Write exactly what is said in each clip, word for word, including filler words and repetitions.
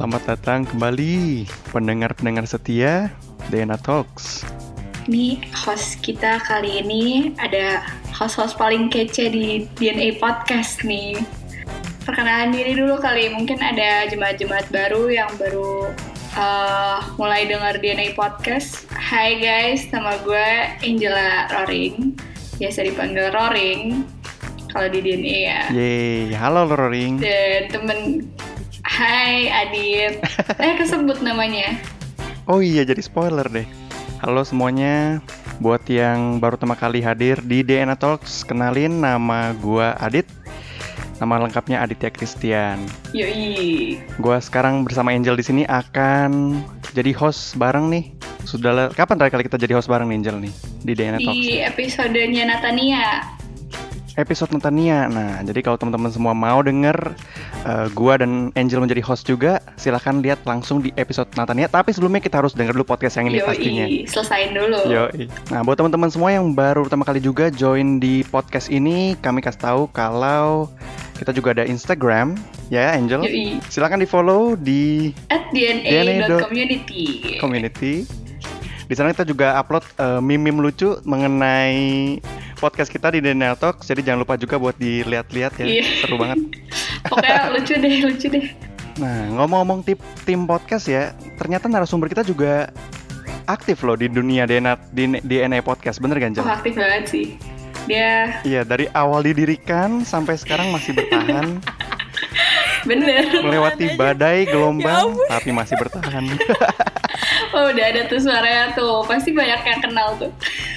Selamat datang kembali pendengar-pendengar setia D N A Talks. Ini host kita kali ini ada host-host paling kece di D N A Podcast nih. Perkenalan diri dulu kali, mungkin ada jemaat-jemaat baru yang baru uh, mulai dengar D N A Podcast. Hai guys, nama gue Angela Roring, biasa dipanggil Roring kalau di D N A ya. Yeay, halo Roring. Dan temen, hai Adit, eh kesebut namanya. Oh iya, jadi spoiler deh. Halo semuanya, buat yang baru pertama kali hadir di D N A Talks, kenalin nama gua Adit. Nama lengkapnya Aditya Christian. Yoi. Gua sekarang bersama Angel di sini akan jadi host bareng nih. Sudah le- kapan terakhir kali kita jadi host bareng nih, Angel nih di D N A Talks? Di episodenya Natania. Episode Natania. Nah, jadi kalau teman-teman semua mau denger uh, gua dan Angel menjadi host juga, silahkan lihat langsung di episode Natania. Tapi sebelumnya kita harus denger dulu podcast yang ini. Yoi, pastinya. Selesain dulu. Yoi. Nah, buat teman-teman semua yang baru pertama kali juga join di podcast ini, kami kasih tahu kalau kita juga ada Instagram, ya Angel. Yoi. Silahkan di follow di at d n a dot community. Community. Di sana kita juga upload uh, meme-meme lucu mengenai podcast kita di D N A Talks. Jadi jangan lupa juga buat dilihat-lihat ya. Iya. Seru banget. Pokoknya lucu deh, lucu deh. Nah, ngomong-ngomong tip tim podcast ya, ternyata narasumber kita juga aktif loh di dunia D N A di D N A Podcast. Bener kan, Jel? Oh, aktif banget sih. Dia Iya, dari awal didirikan sampai sekarang masih bertahan. Bener. Melewati badai, gelombang, ya tapi masih bertahan. Oh, udah ada tuh suaranya tuh. Pasti banyak yang kenal tuh.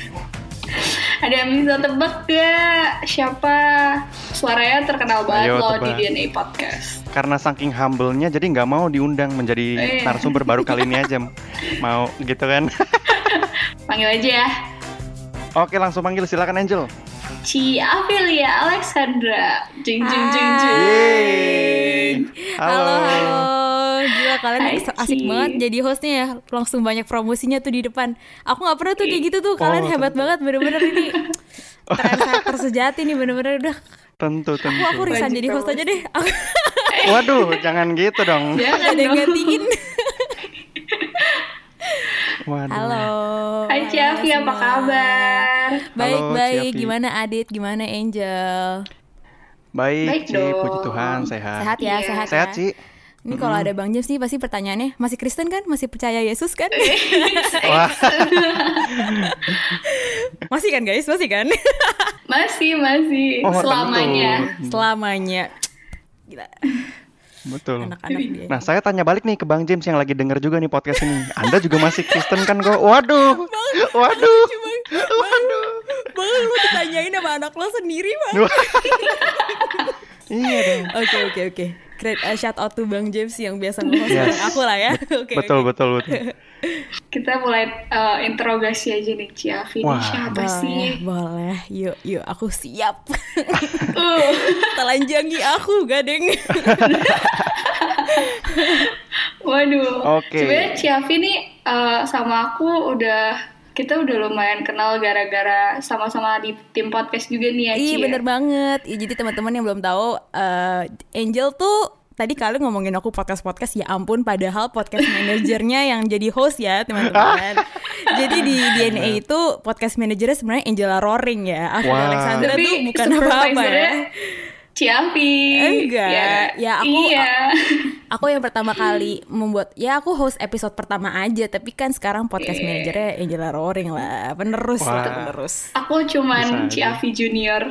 Ada yang bisa tebak gak siapa? Suaranya terkenal banget. Ayo, loh tebak. Di D N A Podcast. Karena saking humble-nya jadi nggak mau diundang menjadi eh. narasumber baru kali ini aja. Mau gitu kan? Panggil aja ya. Oke, langsung panggil, silakan Angel. Ci Amelia Alexandra. Jing jing jing jing. Halo. Halo. Gila, kalian Hai, asik Ci. Banget jadi hostnya ya. Langsung banyak promosinya tuh di depan. Aku gak pernah tuh kayak gitu tuh. Kalian oh, hebat tentu. Banget, bener-bener ini trendsetter sejati nih, bener-bener udah. Tentu, tentu. Aku, aku resign jadi host aja deh. Waduh, jangan gitu dong. Jangan ada yang gantiin. Waduh. Halo. Hai Ciafi, apa kabar? Baik-baik, gimana Adit, gimana Angel? Baik, Baik Ci, puji Tuhan, sehat. Sehat ya, yeah. sehat Sehat, ya. Ci. Ini kalau mm-hmm. ada Bang James nih pasti pertanyaannya, masih Kristen kan? Masih percaya Yesus kan? Wah. Masih kan guys? Masih kan? Masih, masih. Oh, selamanya. Tentu. Selamanya. Gila. Betul. Anak-anak dia. Nah, saya tanya balik nih ke Bang James yang lagi denger juga nih podcast ini. Anda juga masih Kristen kan kok? Waduh. Bang, waduh. Bang, waduh. Bang, lu ditanyain sama anak lo sendiri, Bang. Iya dong. Oke, oke, oke. Great, uh, shout out to Bang James yang biasa nge-host yes. aku lah ya. Okay, betul, okay. betul, betul. Kita mulai uh, interogasi aja nih, Ciafi. Ini siapa boleh, sih? Boleh, yuk, yuk, aku siap. uh. Telanjangi aku, gadeng. Waduh. Oke. Okay. Sebenarnya Ciafi nih uh, sama aku udah kita udah lumayan kenal gara-gara sama-sama di tim podcast juga nih ya, Ci. Iya, bener banget. Ya, jadi teman-teman yang belum tahu, uh, Angel tuh tadi kalian ngomongin aku podcast-podcast, ya ampun, padahal podcast manajernya yang jadi host ya, teman-teman. Jadi di D N A itu podcast manajernya sebenarnya Angela Roring ya. Aku wow. Alexandra tuh bukan apa-apa ya. Ciafi. Enggak. Ya, ya aku iya. Aku yang pertama kali membuat, ya aku host episode pertama aja, tapi kan sekarang podcast yeah. manajernya Angela Roring lah, penerus wow. lah, penerus. Aku cuman Ciafi Junior.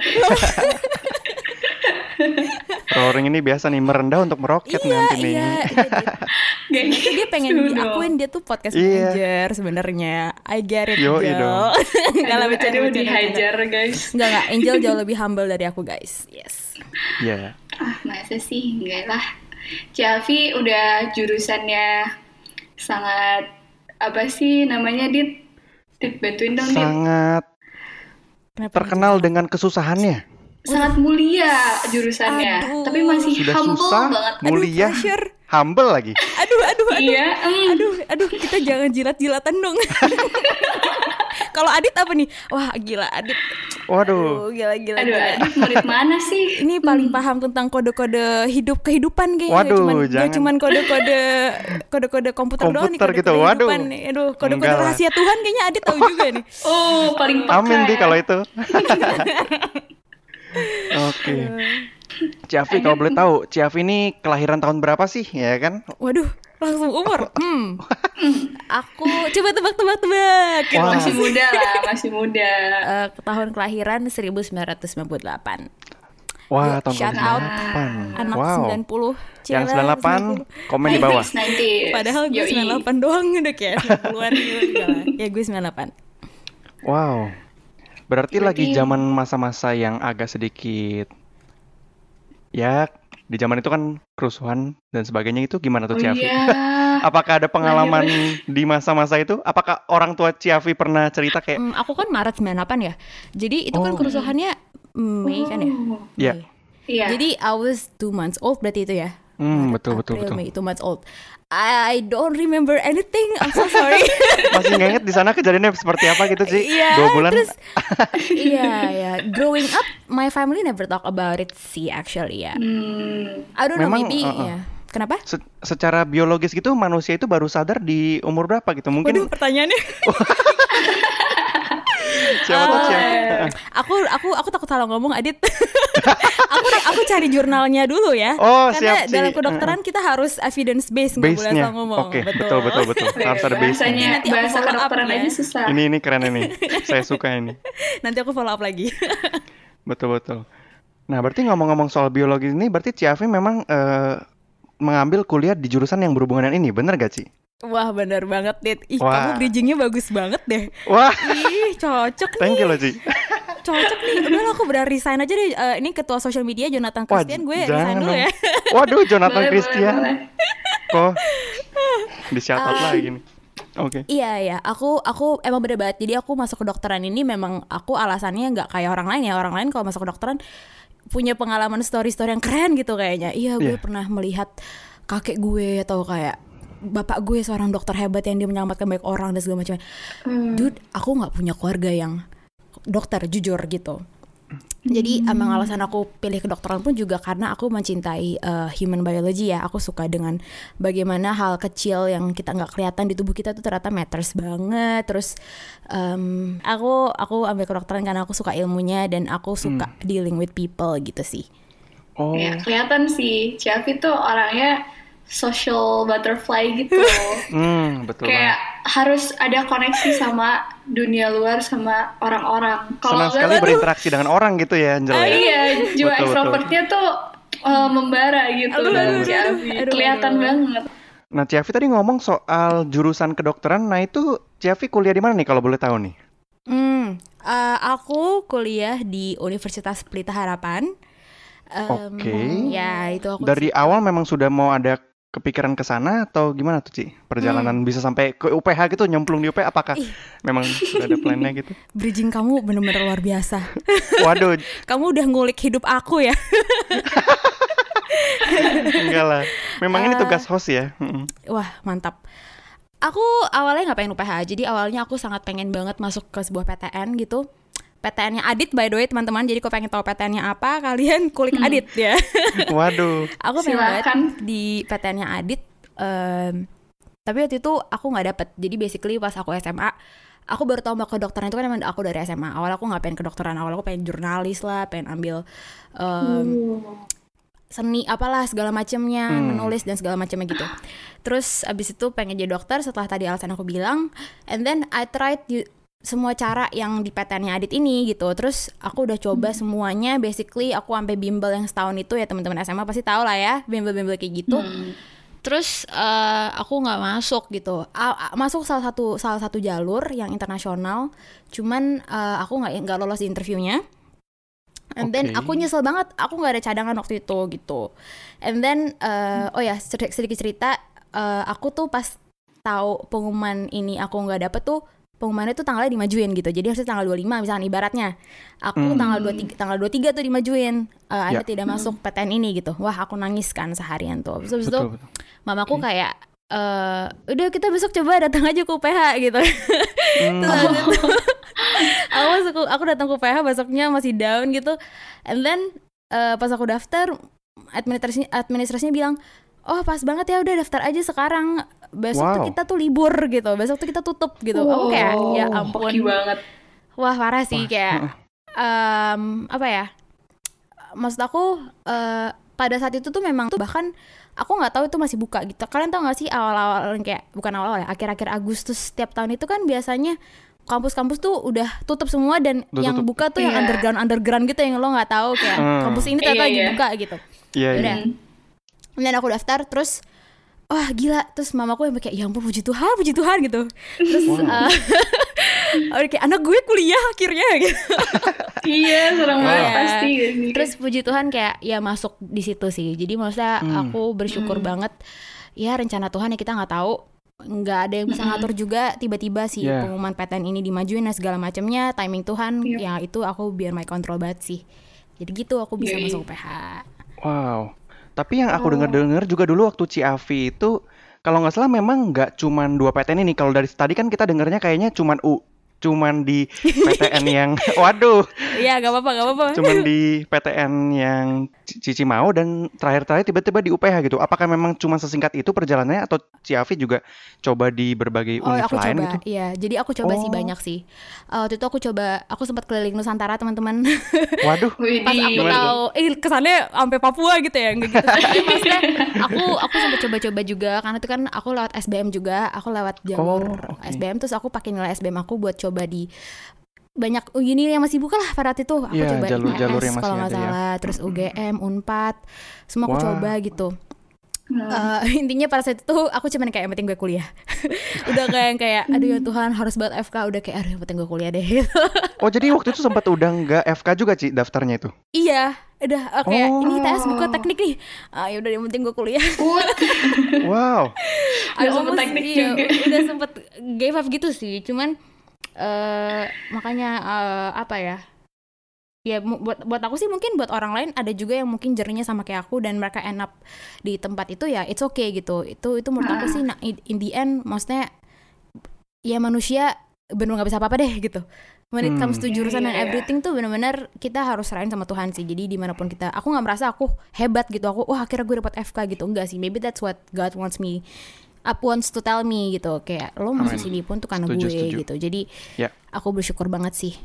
Roring ini biasa nih merendah untuk meroket iya, nanti nih. Iya, iya. Itu dia pengen diakuin dia tuh podcast iya. manager sebenarnya. I get it, Yo, Angel. Enggak lah, bercanda dihajar, guys. Enggak, enggak. Angel jauh lebih humble dari aku, guys. Yes. Iya. Yeah. Ah, masa sih? Enggak lah. Ciafi udah jurusannya sangat apa sih namanya, Dit? Dit, bantuin dong, Dit. Sangat terkenal dengan kesusahannya. Sangat mulia jurusannya. Aduh. Tapi masih sudah humble susah, banget. Mulia, aduh, humble lagi. Aduh, aduh, aduh. Iya, mm. Aduh, aduh, kita jangan jilat-jilatan dong. Kalau Adit apa nih? Wah gila Adit. Waduh. Aduh, gila gila. Aduh, gila. Adit murid mana sih? Ini paling paham tentang kode-kode hidup kehidupan kayaknya. Waduh, Gak cuman, gak jangan. cuman kode-kode kode-kode komputer, doang nih, Komputer kode-kode gitu, waduh. kehidupan nih. Aduh, kode-kode Enggak lah. rahasia Tuhan kayaknya Adit tahu juga nih. Oh, paling peka Amin ya. di kalau itu. Oke. Ciafi kalau boleh tahu, Ciafi ini kelahiran tahun berapa sih, ya kan? Waduh, langsung umur. Hmm. Aku coba tebak-tebak tebak. Wah. Masih muda lah, masih muda. Eh, tahun kelahiran seribu sembilan ratus sembilan puluh delapan. Wah, Yuk, tahun shout out delapan. Anak Wow. sembilan puluh. Yang Cila, sembilan puluh delapan komen di bawah. sembilan puluh. Padahal gue sembilan puluh delapan doang udah kayak sembilan puluhan gitu. Enggak lah. Ya gue sembilan puluh delapan. Wow. Berarti lagi Berarti- zaman masa-masa yang agak sedikit, ya di zaman itu kan kerusuhan dan sebagainya, itu gimana tuh Oh Ciafi? iya. Apakah ada pengalaman di masa-masa itu? Apakah orang tua Ciafi pernah cerita kayak, Hmm, aku kan Maret sembilan puluh delapan ya. Jadi itu kan Oh. kerusuhannya Mei kan ya? Oh, ya, Mei. Iya. Jadi I was two months old berarti itu ya? hmm, Maret, betul betul April, betul. Mei, two months old. I don't remember anything. I'm so sorry. Masih nggak inget di sana kejadiannya seperti apa gitu sih? Iya, Dua bulan. terus iya ya. Growing up, my family never talk about it sih actually ya. Hmm. I don't know, Memang, maybe uh-uh. ya. Kenapa? Se- secara biologis gitu manusia itu baru sadar di umur berapa gitu? Mungkin Waduh, pertanyaannya. siapa tahu Ah, siapa. aku aku aku takut salah ngomong, Adit. aku aku cari jurnalnya dulu ya. Oh, Karena siap, Ci. dalam kedokteran kita harus evidence based, nggak boleh Base-nya. asal ngomong. Oke, betul betul betul. Harus ada base-nya. Bahasanya, Nanti aku bahasa follow up kedokteran ya. aja susah. Ini ini keren ini. Saya suka ini. Nanti aku follow up lagi. Betul betul. Nah, berarti ngomong-ngomong soal biologi ini, berarti Ciafi memang eh, mengambil kuliah di jurusan yang berhubungan dengan ini, bener gak Ci? Wah, benar banget, Dit. Ih, Wah. kamu bridgingnya bagus banget deh. Wah, Ih, cocok nih. thank you loh Ci. Cocok nih. Udah lah, aku benar resign aja deh. Eh, ini ketua social media Jonathan Wah, Christian, gue jangan resign dulu dong. ya. Waduh, Jonathan Boleh, Christian. boleh, Kok di shout out Ah. lagi nih. Oke. Iya ya, aku aku emang bener banget. Jadi aku masuk kedokteran ini memang aku alasannya nggak kayak orang lain ya. Orang lain kalau masuk kedokteran punya pengalaman story-story yang keren gitu kayaknya. Iya, gue Iya. pernah melihat kakek gue atau kayak bapak gue seorang dokter hebat yang dia menyelamatkan banyak orang dan segala macam. Hmm. Dude, aku nggak punya keluarga yang dokter jujur gitu. Jadi emang alasan aku pilih kedokteran pun juga karena aku mencintai uh, human biology ya. Aku suka dengan bagaimana hal kecil yang kita nggak kelihatan di tubuh kita tuh ternyata matters banget. Terus um, aku aku ambil kedokteran karena aku suka ilmunya dan aku suka dealing with people gitu sih. Oh, Ya, kelihatan sih. Ciafi tuh orangnya social butterfly gitu. hmm, betul Kayak banget. harus ada koneksi sama dunia luar sama orang-orang. Senang nggak sekali tuh, berinteraksi dengan orang gitu ya, Angel ah, ya. iya, jiwa Betul, ekstrovertnya tuh uh, membara gitu Aduh, dari aduh, Ciafi. aduh, aduh, Kelihatan aduh. banget. Nah, Ciafi tadi ngomong soal jurusan kedokteran. Nah, itu Ciafi kuliah di mana nih kalau boleh tahu nih? Hmm, uh, aku kuliah di Universitas Pelita Harapan. Um, Oke. Ya itu aku. Dari awal memang sudah mau ada kepikiran ke sana atau gimana tuh, Ci? Perjalanan bisa sampai ke U P H gitu, nyemplung di U P H, apakah Ih. memang sudah ada plannya gitu? Bridging kamu bener-bener luar biasa. Waduh, Kamu udah ngulik hidup aku ya. enggak lah. Memang ini Eh. tugas host ya. Mm-mm. Wah, mantap. Aku awalnya nggak pengen U P H, jadi awalnya aku sangat pengen banget masuk ke sebuah P T N gitu. P T N-nya Adit by the way teman-teman, jadi kalau pengen tahu P T N-nya apa, kalian kulik Adit ya. Waduh. Aku pengen banget Silakan. di P T N-nya Adit, em, tapi waktu itu aku nggak dapet. Jadi basically pas aku S M A, aku baru tahu mau kedokteran itu kan emang aku dari S M A. Awal aku nggak pengen kedokteran, awal aku pengen jurnalis lah, pengen ambil em, seni apalah segala macamnya, Hmm. menulis dan segala macamnya gitu. Terus abis itu pengen jadi dokter setelah tadi alasan aku bilang, and then I tried you- semua cara yang di P T N-nya Adit ini gitu. Terus aku udah coba semuanya, basically aku sampai bimbel yang setahun itu ya, teman-teman S M A pasti tahu lah ya, bimbel-bimbel kayak gitu. Hmm. Terus eh, aku nggak masuk gitu. A- a- masuk salah satu salah satu jalur yang internasional, cuman eh, aku nggak nggak lolos di interviewnya. And then Oke. aku nyesel banget, aku nggak ada cadangan waktu itu gitu. And then eh, oh ya sedi- sedikit cerita, eh, aku tuh pas tahu pengumuman ini aku nggak dapet tuh, pengumumannya tuh tanggalnya dimajuin gitu. Jadi harusnya tanggal dua puluh lima misalnya ibaratnya. Aku Hmm. tanggal dua puluh tiga tanggal dua puluh tiga tuh dimajuin. Eh, Anda Ya. tidak masuk P T N ini gitu. Wah, aku nangis kan seharian tuh. Terus habis itu Betul, betul. mamaku kayak eh udah kita besok coba datang aja ke U P H gitu. Hmm. Terus habis itu aku masuk, aku datang ke U P H besoknya masih down gitu, and then uh, pas aku daftar administrasinya administrasinya bilang, oh pas banget ya, udah daftar aja sekarang, besok Wow. tuh kita tuh libur gitu, besok tuh kita tutup gitu. Aku kayak ya ampun, hoki banget. wah parah sih. Wah, Kayak heeh. um, apa ya, maksud aku uh, pada saat itu tuh memang tuh bahkan aku nggak tahu itu masih buka gitu. Kalian tahu nggak sih awal-awal, kayak bukan awal-awal ya, akhir-akhir Agustus setiap tahun itu kan biasanya kampus-kampus tuh udah tutup semua, dan Udah yang tutup. buka tuh yang Iya. underground underground gitu yang lo nggak tahu kayak Hmm. kampus ini ternyata Iya, lagi iya. buka gitu. Iya, iya. Udah. Dan aku daftar, terus wah gila, terus mamaku yang kayak ya ampun puji Tuhan puji Tuhan gitu. Terus Wow. uh, oh, kayak anak gue kuliah akhirnya gitu. Iya, serem banget Iya. pasti gak sih? Terus puji Tuhan kayak ya masuk di situ sih. Jadi maksudnya Hmm. aku bersyukur Hmm. banget. Ya rencana Tuhan ya kita nggak tahu, nggak ada yang bisa Mm-mm. ngatur juga. Tiba-tiba si Yeah. pengumuman P T N ini dimajuin dan segala macamnya, timing Tuhan. Yep. Ya itu aku biar my control banget sih. Jadi gitu aku bisa Yoi. masuk U P H. Wow. Tapi yang aku Oh. dengar-dengar juga dulu waktu Ciavi itu, kalau nggak salah memang nggak cuman dua P T N ini. Kalau dari tadi kan kita dengarnya kayaknya cuman U, cuman di P T N yang, waduh, Iya gak apa-apa gak apa-apa. cuman di P T N yang C- Cici mau, dan terakhir-terakhir tiba-tiba di U P H gitu. Apakah memang cuma sesingkat itu perjalanannya, atau Ciavi juga coba di berbagai Oh univ aku lain coba, gitu? iya. Jadi aku coba sih Oh. banyak sih. Uh, waktu itu aku coba, aku sempat keliling Nusantara teman-teman. Waduh, Widih. Pas aku Gimana tuh? tahu, eh kesannya sampai Papua gitu ya, nggak gitu. Tapi maksudnya aku aku sempat coba-coba juga, karena itu kan aku lewat S B M juga, aku lewat jalur Oh, oke. S B M, terus aku pakai nilai S B M aku buat coba di banyak uni yang masih buka lah pada waktu itu. Aku Iya, coba jalur-jalur I P S yang masih kalau nggak ada ya. salah, terus U G M, Unpad, semua aku Wah. coba gitu. Nah, Eh, intinya pada saat itu aku cuman kayak yang penting gue kuliah. Udah kayak yang kayak aduh ya Tuhan harus buat F K, udah kayak aduh yang penting gue kuliah deh gitu. Oh jadi waktu itu sempat udah nggak F K juga Ci daftarnya itu? Iya, udah oke Oh. ini T S buka teknik nih. Ah ya udah yang penting gue kuliah. Put. Wow. Udah I sempet almost- teknik iya, juga. udah sempet gave up gitu sih. Cuman eh makanya eh, apa ya? Ya mu- buat buat aku sih, mungkin buat orang lain ada juga yang mungkin journey-nya sama kayak aku dan mereka end up di tempat itu, ya it's okay gitu. Itu itu menurut aku sih nah, in in the end maksudnya ya manusia bener nggak bisa apa-apa deh gitu. When it comes to Hmm. jurusan Iya, dan iya. everything tuh benar-benar kita harus serahin sama Tuhan sih. Jadi dimanapun kita, aku nggak merasa aku hebat gitu. Aku wah akhirnya gue dapat F K gitu, enggak sih. Maybe that's what God wants me up wants to tell me gitu. Kayak lo masuk Amin. sini pun tuh karena Setuju, gue setuju. gitu. Jadi Ya. aku bersyukur banget sih.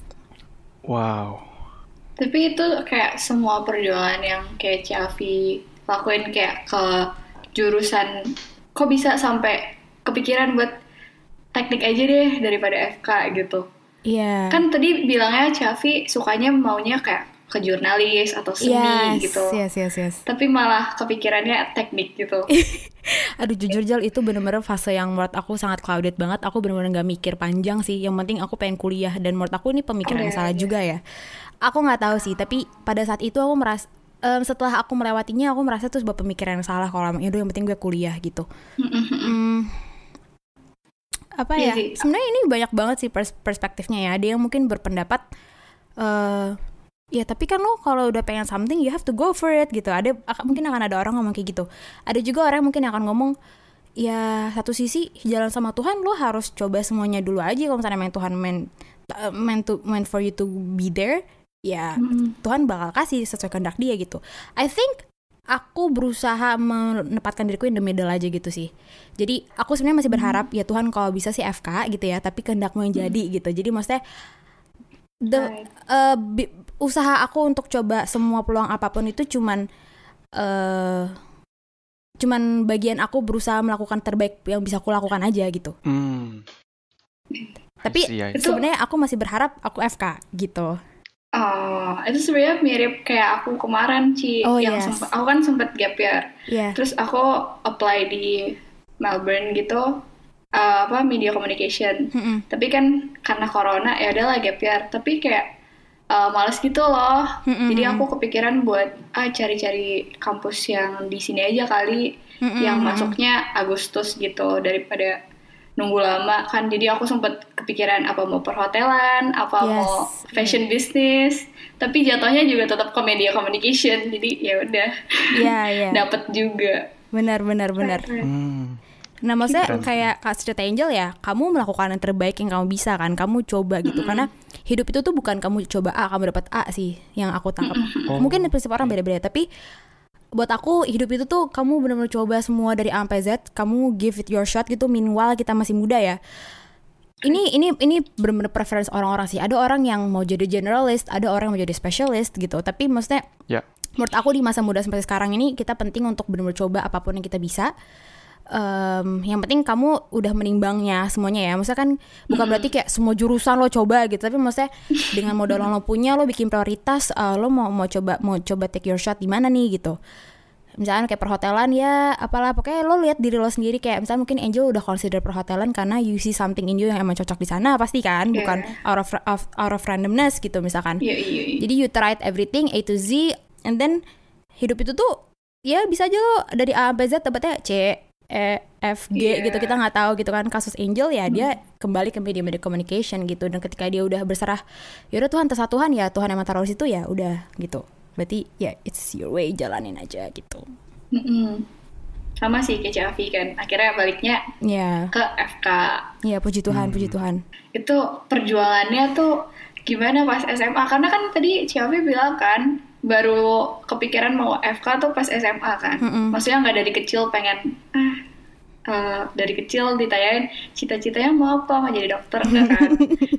Wow. Tapi itu kayak semua perjuangan yang kayak Ciavi lakuin kayak ke jurusan, kok bisa sampai kepikiran buat teknik aja deh daripada F K gitu. Iya. Kan tadi bilangnya Ciavi sukanya maunya kayak ke jurnalis atau seni Yes, gitu. yes, yes, yes. Tapi malah kepikirannya teknik gitu. Aduh jujur Jal, itu bener-bener fase yang menurut aku sangat clouded banget. Aku bener-bener gak mikir panjang sih. Yang penting aku pengen kuliah. Dan menurut aku ini pemikiran Oh, yang iya, salah iya. juga ya. Aku gak tahu sih. Tapi pada saat itu aku merasa em, setelah aku melewatinya, aku merasa itu sebuah pemikiran yang salah. Kalau emang yaudah yang penting gue kuliah gitu. Hmm, apa Iya ya? sih. Sebenarnya ini banyak banget sih pers- perspektifnya ya. Ada yang mungkin berpendapat eh ya tapi kan lo kalau udah pengen something you have to go for it gitu. Ada ak- mungkin akan ada orang ngomong kayak gitu. Ada juga orang mungkin yang akan ngomong ya satu sisi jalan sama Tuhan lo harus coba semuanya dulu aja. Kalau misalnya main Tuhan main meant to meant for you to be there, ya Mm-mm. Tuhan bakal kasih sesuai kehendak dia gitu. I think aku berusaha menempatkan diriku in the middle aja gitu sih. Jadi aku sebenarnya masih berharap ya Tuhan kalau bisa sih F K gitu ya, tapi kehendakmu yang jadi gitu. Jadi maksudnya the, Right. uh, bi- usaha aku untuk coba semua peluang apapun itu cuman uh, cuman bagian aku berusaha melakukan terbaik yang bisa aku lakukan aja gitu. Hmm. Tapi I see, I see. Itu- sebenarnya aku masih berharap aku F K gitu. Oh, itu sebenarnya mirip kayak aku kemarin Ci, Oh, yang yes. sempet, aku kan sempet gap year. Iya. Terus aku apply di Melbourne gitu, uh, apa media communication. Mm-mm. Tapi kan karena corona ya udahlah gap year. Tapi kayak uh, males gitu loh. Mm-mm. Jadi aku kepikiran buat ah cari-cari kampus yang di sini aja kali, Mm-mm. yang masuknya Agustus gitu daripada nunggu lama kan. Jadi aku sempet kepikiran apa mau perhotelan, apa Yes. mau fashion business. Tapi jatuhnya juga tetap ke media communication. Jadi ya udah Iya, iya. dapet juga. Benar, benar, benar. Hmm. Nah maksudnya Keren. kayak Kak cerita Angel ya, kamu melakukan yang terbaik yang kamu bisa kan, kamu coba gitu. Karena hidup itu tuh bukan kamu coba A, kamu dapat A sih, yang aku tangkap. Oh, Mungkin prinsip orang beda-beda, tapi buat aku hidup itu tuh kamu benar-benar coba semua dari A sampai Z, kamu give it your shot gitu. Meanwhile kita masih muda ya. Ini ini ini benar-benar preference orang-orang sih. Ada orang yang mau jadi generalist, ada orang yang mau jadi specialist gitu. Tapi maksudnya Ya. menurut aku di masa muda seperti sekarang ini kita penting untuk benar-benar coba apapun yang kita bisa. Um, yang penting kamu udah menimbangnya semuanya ya. Maksudnya kan bukan berarti kayak semua jurusan lo coba gitu, tapi maksudnya dengan modal yang lo punya lo bikin prioritas, uh, lo mau mau coba mau coba take your shot di mana nih gitu. Misalnya kayak perhotelan ya, apalah pokoknya lo lihat diri lo sendiri, kayak misalnya mungkin Angel udah consider perhotelan karena you see something in you yang emang cocok di sana pasti kan, Yeah. bukan out of, of out of randomness gitu misalkan. Iya, iya, iya. Jadi you tried everything A to Z, and then hidup itu tuh ya bisa aja lo dari A sampai Z dapetnya C, E, F, G Yeah. gitu, kita nggak tahu gitu kan. Kasus Angel ya dia kembali ke media-media communication gitu, dan ketika dia udah berserah, yaudah Tuhan terserah Tuhan ya, Tuhan emang taruh di situ ya udah gitu. Berarti ya it's your way, jalanin aja gitu. Mm-mm. Sama sih kayak Ciafi kan, akhirnya baliknya Ya, ke F K. ya puji Tuhan, puji Tuhan. Itu perjuangannya tuh gimana pas S M A, karena kan tadi Ciafi bilang kan baru kepikiran mau F K tuh pas S M A kan. Mm-mm. Maksudnya nggak dari kecil pengen ah eh, dari kecil ditanyain cita-citanya mau apa, mau jadi dokter enggak kan.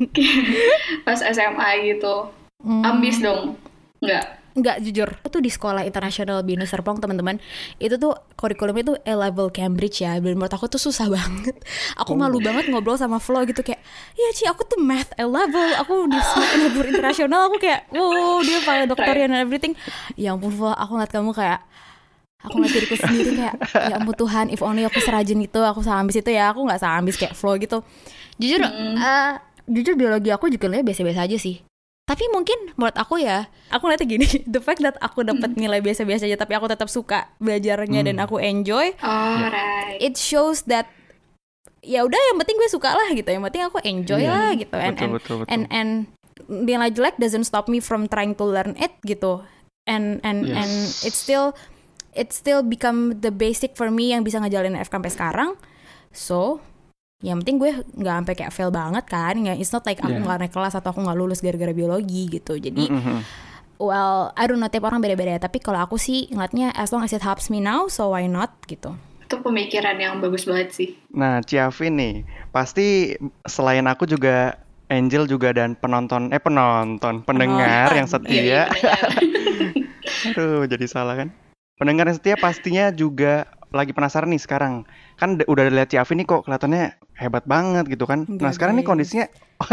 Pas S M A gitu ambis dong nggak? Enggak, jujur, itu di sekolah internasional Binus Serpong teman-teman, itu tuh kurikulumnya tuh A-level Cambridge ya, dan menurut aku tuh susah banget. Aku malu banget ngobrol sama Flo gitu, kayak ya Ci aku tuh math A-level, aku di sekolah internasional, aku kayak wow dia pakai dokternya and everything. Ya ampun Flo, aku ngeliat kamu kayak, aku ngeliat diriku sendiri kayak ya ampun Tuhan, if only aku serajin itu, aku seambis itu ya, aku nggak seambis kayak Flo gitu. Jujur, eh, jujur biologi aku juga lihat biasa-biasa aja sih. Tapi mungkin menurut aku ya, aku ngeliatnya gini, the fact that aku dapat nilai biasa-biasa aja tapi aku tetap suka belajarnya dan aku enjoy, Alright. it shows that ya udah yang penting gue suka lah gitu, yang penting aku enjoy Iya. lah gitu, and Betul, and betul, betul. and and nilai jelek doesn't stop me from trying to learn it gitu, and and Yes. and it's still it still become the basic for me yang bisa ngejalanin F K sampai sekarang. So yang penting gue nggak sampai kayak fail banget kan, nggak, it's not like aku Yeah. nggak naik kelas atau aku nggak lulus gara-gara biologi gitu. Jadi Mm-mm. well I don't know, tiap orang beda-beda ya, tapi kalau aku sih ngeliatnya as long as it helps me now, so why not gitu. Itu pemikiran yang bagus banget sih. Nah, Ciafi nih, pasti selain aku juga Angel juga dan penonton eh penonton, pendengar yang Penonton. setia. Iya, benar. Aduh, jadi salah kan? Pendengar yang setia pastinya juga lagi penasaran nih sekarang. Kan d- udah lihat Ciafi nih kok kelihatannya hebat banget gitu kan. Nah, Enggak, sekarang nih guys. kondisinya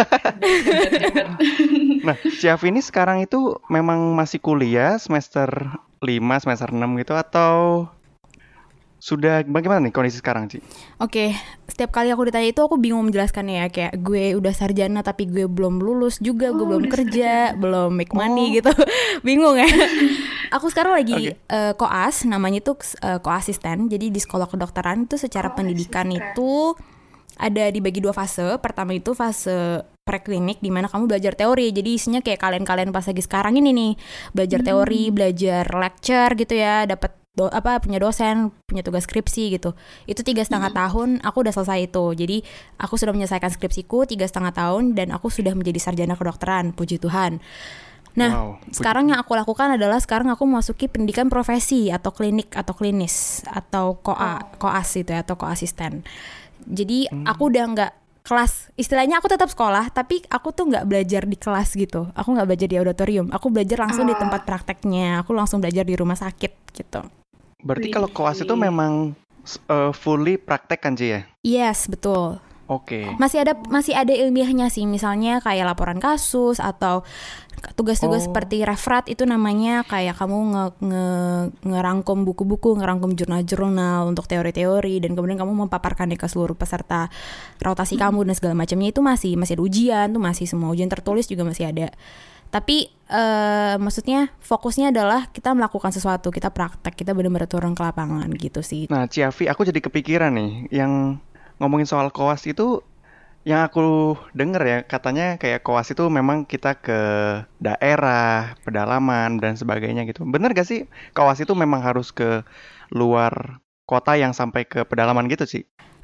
Nah, Ciafi ini sekarang itu memang masih kuliah semester lima, semester enam gitu atau sudah bagaimana nih kondisi sekarang, Ci? Oke, setiap kali aku ditanya itu aku bingung menjelaskannya ya, kayak gue udah sarjana tapi gue belum lulus juga, gue Oh, belum udah kerja, belum make money Oh. gitu. Bingung ya. Aku sekarang lagi Oke. eh, koas, namanya itu eh, koasisten. Jadi di sekolah kedokteran itu secara pendidikan Koasisten. itu ada dibagi dua fase. Pertama itu fase preklinik di mana kamu belajar teori. Jadi isinya kayak kalian-kalian pas lagi sekarang ini nih, belajar teori, belajar lecture gitu ya, dapat do- apa punya dosen, punya tugas skripsi gitu. Itu tiga setengah tahun aku udah selesai itu. Jadi aku sudah menyelesaikan skripsiku tiga setengah tahun dan aku sudah menjadi sarjana kedokteran, puji Tuhan. Nah, Wow, puji sekarang yang aku lakukan adalah sekarang aku memasuki pendidikan profesi atau klinik atau klinis atau koa, koas itu ya, atau koasisten. Jadi aku udah nggak kelas, istilahnya aku tetap sekolah, tapi aku tuh nggak belajar di kelas gitu. Aku nggak belajar di auditorium. Aku belajar langsung di Ah. tempat prakteknya. Aku langsung belajar di rumah sakit gitu. Berarti Wih. kalau koas itu memang uh, fully praktek kan, Ci ya? Yes, betul. Oke. Masih ada masih ada ilmiahnya sih, misalnya kayak laporan kasus atau tugas-tugas Oh. seperti referat, itu namanya kayak kamu nge, nge, ngerangkum buku-buku, ngerangkum jurnal-jurnal untuk teori-teori dan kemudian kamu memaparkannya ke seluruh peserta rotasi kamu dan segala macamnya. Itu masih masih ada ujian, tuh masih semua ujian tertulis juga masih ada. Tapi eh, maksudnya fokusnya adalah kita melakukan sesuatu, kita praktek, kita benar-benar turun ke lapangan gitu sih. Nah, Ciafi, aku jadi kepikiran nih, yang ngomongin soal koas itu, yang aku denger ya, katanya kayak koas itu memang kita ke daerah, pedalaman, dan sebagainya gitu. Bener gak sih, koas itu memang harus ke luar kota yang sampai ke pedalaman gitu sih?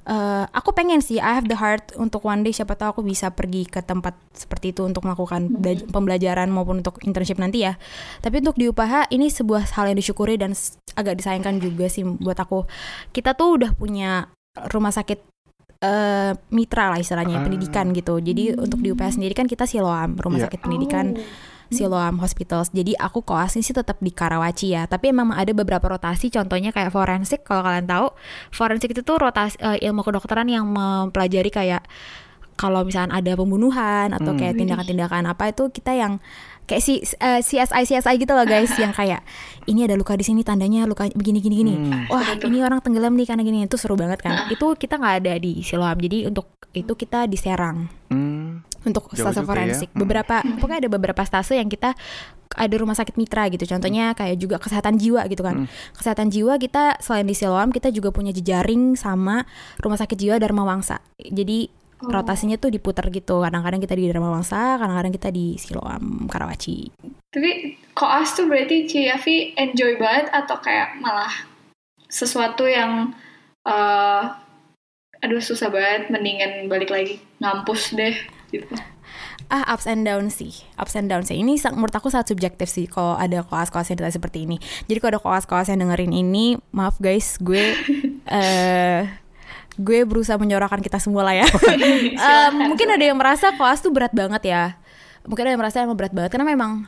uh, aku pengen sih, I have the heart untuk one day siapa tahu aku bisa pergi ke tempat seperti itu untuk melakukan belaj- pembelajaran maupun untuk internship nanti ya. Tapi untuk di U P H ini sebuah hal yang disyukuri dan agak disayangkan juga sih buat aku. Kita tuh udah punya rumah sakit Uh, mitra lah istilahnya, ah. pendidikan gitu. Jadi hmm. untuk di U P H sendiri kan kita Siloam, rumah yeah. sakit pendidikan oh. Siloam Hospitals. Jadi aku koasnya sih tetap di Karawaci ya. Tapi memang ada beberapa rotasi, contohnya kayak forensik. Kalau kalian tahu, forensik itu tuh rotasi uh, ilmu kedokteran yang mempelajari kayak kalau misalnya ada pembunuhan atau kayak hmm. tindakan-tindakan apa itu kita yang kayak si uh, C S I C S I gitu loh guys, yang kayak ini ada luka di sini tandanya luka begini gini gini. Hmm. Wah, ini orang tenggelam nih karena gini. Itu seru banget kan. Itu kita nggak ada di Siloam. Jadi untuk itu kita di Serang. Hmm. Untuk stase forensik. Ya? Beberapa hmm. pokoknya ada beberapa stase yang kita ada rumah sakit mitra gitu. Contohnya kayak juga kesehatan jiwa gitu kan. Hmm. Kesehatan jiwa kita selain di Siloam kita juga punya jejaring sama rumah sakit jiwa Dharma Wangsa. Jadi rotasinya tuh diputar gitu. Kadang-kadang kita di Dharma Wangsa, kadang-kadang kita di Siloam, Karawaci. Tapi koas tuh berarti Ci Yafi enjoy banget atau kayak malah sesuatu yang uh, aduh susah banget, mendingan balik lagi ngampus deh gitu. Ah, ups and down sih, ups and down sih. Ini menurut aku sangat subjektif sih kalau ada koas-koas yang seperti ini. Jadi kalau ada koas-koas yang dengerin ini, maaf guys, gue uh, gue berusaha menyorakan kita semua lah ya. um, mungkin ada yang merasa koas tuh berat banget ya. Mungkin ada yang merasa emang berat banget karena memang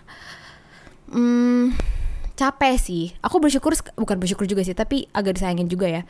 um, capek sih. Aku bersyukur, bukan bersyukur juga sih, tapi agak disayangin juga ya.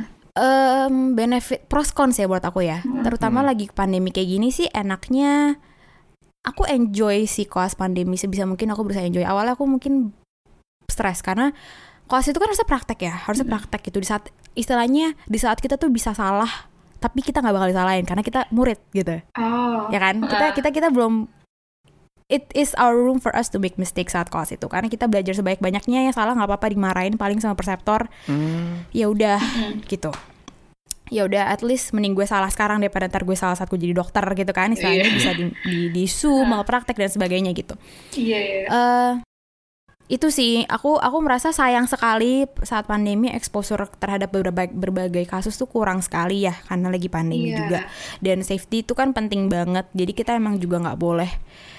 Um, benefit pros cons ya buat aku ya. Terutama hmm. lagi pandemi kayak gini sih enaknya aku enjoy sih koas pandemi sebisa mungkin aku berusaha enjoy. Awalnya aku mungkin stres karena koas itu kan harusnya praktek ya, harusnya praktek gitu di saat istilahnya di saat kita tuh bisa salah tapi kita nggak bakal disalahin karena kita murid gitu. Oh. Ya kan? Kita kita kita belum, it is our room for us to make mistakes saat koas itu karena kita belajar sebaik-banyaknya, yang salah nggak apa-apa dimarahin paling sama preceptor. Hmm. Ya udah hmm. gitu. Ya udah at least mending gue salah sekarang daripada ntar gue salah saat gue jadi dokter gitu kan, istilahnya yeah. bisa di di, di su, mal praktek dan sebagainya gitu. Iya. Yeah, yeah. uh, itu sih aku aku merasa sayang sekali saat pandemi exposure terhadap berbagai, berbagai kasus tuh kurang sekali ya karena lagi pandemi yeah. juga, dan safety itu kan penting banget. Jadi kita emang juga nggak boleh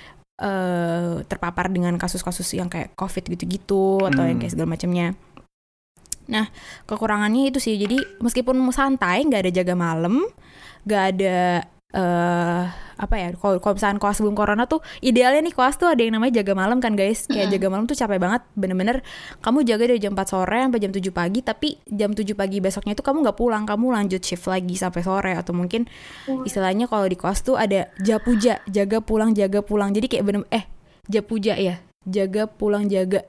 uh, terpapar dengan kasus-kasus yang kayak COVID gitu-gitu hmm. atau yang kayak segala macamnya. Nah kekurangannya itu sih, jadi meskipun santai, nggak ada jaga malam, nggak ada Uh, apa ya, kalau kalau misalnya koas sebelum corona tuh idealnya nih koas tuh ada yang namanya jaga malam kan guys. Kayak mm. jaga malam tuh capek banget, bener-bener kamu jaga dari jam empat sore sampai jam tujuh pagi, tapi jam tujuh pagi besoknya itu kamu nggak pulang, kamu lanjut shift lagi sampai sore. Atau mungkin mm. istilahnya kalau di koas tuh ada japuja, jaga pulang jaga pulang. Jadi kayak bener eh japuja ya, jaga pulang jaga.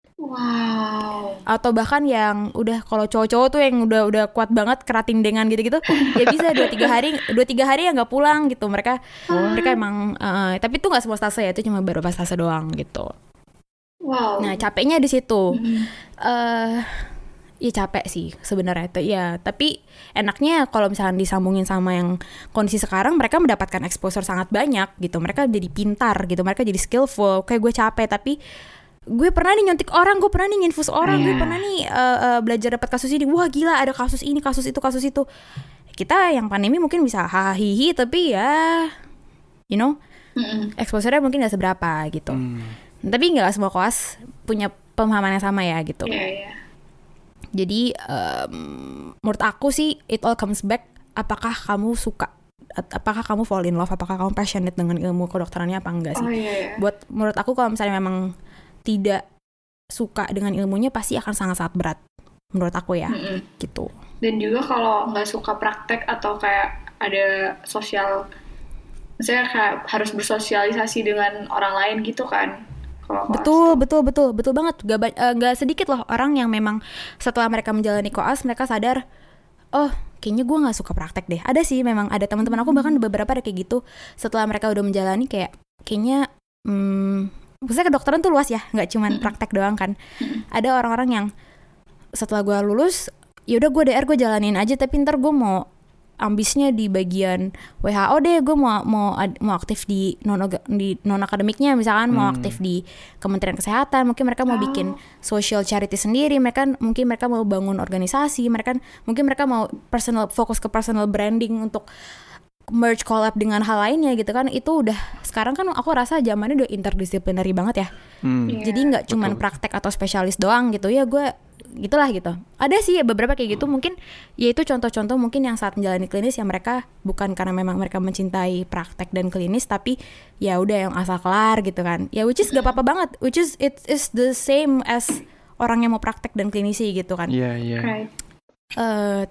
Wow. Atau bahkan yang udah kalau cowok-cowok tuh yang udah udah kuat banget keratindengan gitu-gitu, ya bisa dua tiga hari dua tiga hari ya nggak pulang gitu. Mereka hmm. mereka emang uh, tapi itu nggak semua stase ya, itu cuma beberapa stase doang gitu. Wow. Nah capeknya di situ. Hmm. Uh, ya capek sih sebenarnya itu ya. Tapi enaknya kalau misalnya disambungin sama yang kondisi sekarang, mereka mendapatkan exposure sangat banyak gitu. Mereka jadi pintar gitu, mereka jadi skillful. Kayak gue capek tapi gue pernah nih nyontik orang, gue pernah nih nginfus orang, yeah. gue pernah nih uh, uh, belajar dapat kasus ini. Wah gila, ada kasus ini, kasus itu, kasus itu. Kita yang pandemi mungkin bisa hahihi, tapi ya you know mm-mm. exposure-nya mungkin gak seberapa gitu. mm. Tapi gak semua koas punya pemahaman yang sama ya gitu. yeah, yeah. Jadi um, menurut aku sih it all comes back, apakah kamu suka, apakah kamu fall in love, apakah kamu passionate dengan ilmu kedokterannya apa enggak sih. oh, yeah, yeah. Buat menurut aku kalau misalnya memang tidak suka dengan ilmunya, pasti akan sangat-sangat berat menurut aku ya. Mm-mm. Gitu. Dan juga kalau nggak suka praktek atau kayak ada sosial, misalnya kayak harus bersosialisasi dengan orang lain gitu kan. Betul, betul, betul, betul banget. Gak, uh, gak sedikit loh orang yang memang setelah mereka menjalani koas, mereka sadar, oh kayaknya gue nggak suka praktek deh. Ada sih, memang ada teman-teman aku bahkan beberapa ada kayak gitu. Setelah mereka udah menjalani kayak, kayaknya hmm, maksudnya kedokteran tuh luas ya, nggak cuman praktek doang kan. Ada orang-orang yang setelah gue lulus, ya udah gue D R gue jalanin aja, tapi ntar gue mau ambisnya di bagian W H O deh, gue mau mau mau aktif di non di non akademiknya, misalkan hmm. mau aktif di Kementerian Kesehatan, mungkin mereka mau oh. bikin social charity sendiri, mereka mungkin mereka mau bangun organisasi, mereka mungkin mereka mau personal fokus ke personal branding untuk merge collab dengan hal lainnya gitu kan. Itu udah sekarang kan aku rasa zamannya udah interdisciplinary banget ya. Hmm. Yeah. Jadi nggak cuman praktek atau spesialis doang gitu ya, gue gitulah gitu. Ada sih beberapa kayak gitu, mungkin ya itu contoh-contoh mungkin yang saat menjalani klinis yang mereka bukan karena memang mereka mencintai praktek dan klinis, tapi ya udah yang asal kelar gitu kan. Ya which is gak apa-apa banget, which is it is the same as orang yang mau praktek dan klinisi gitu kan. Iya, yeah, iya. Yeah. Right. Uh,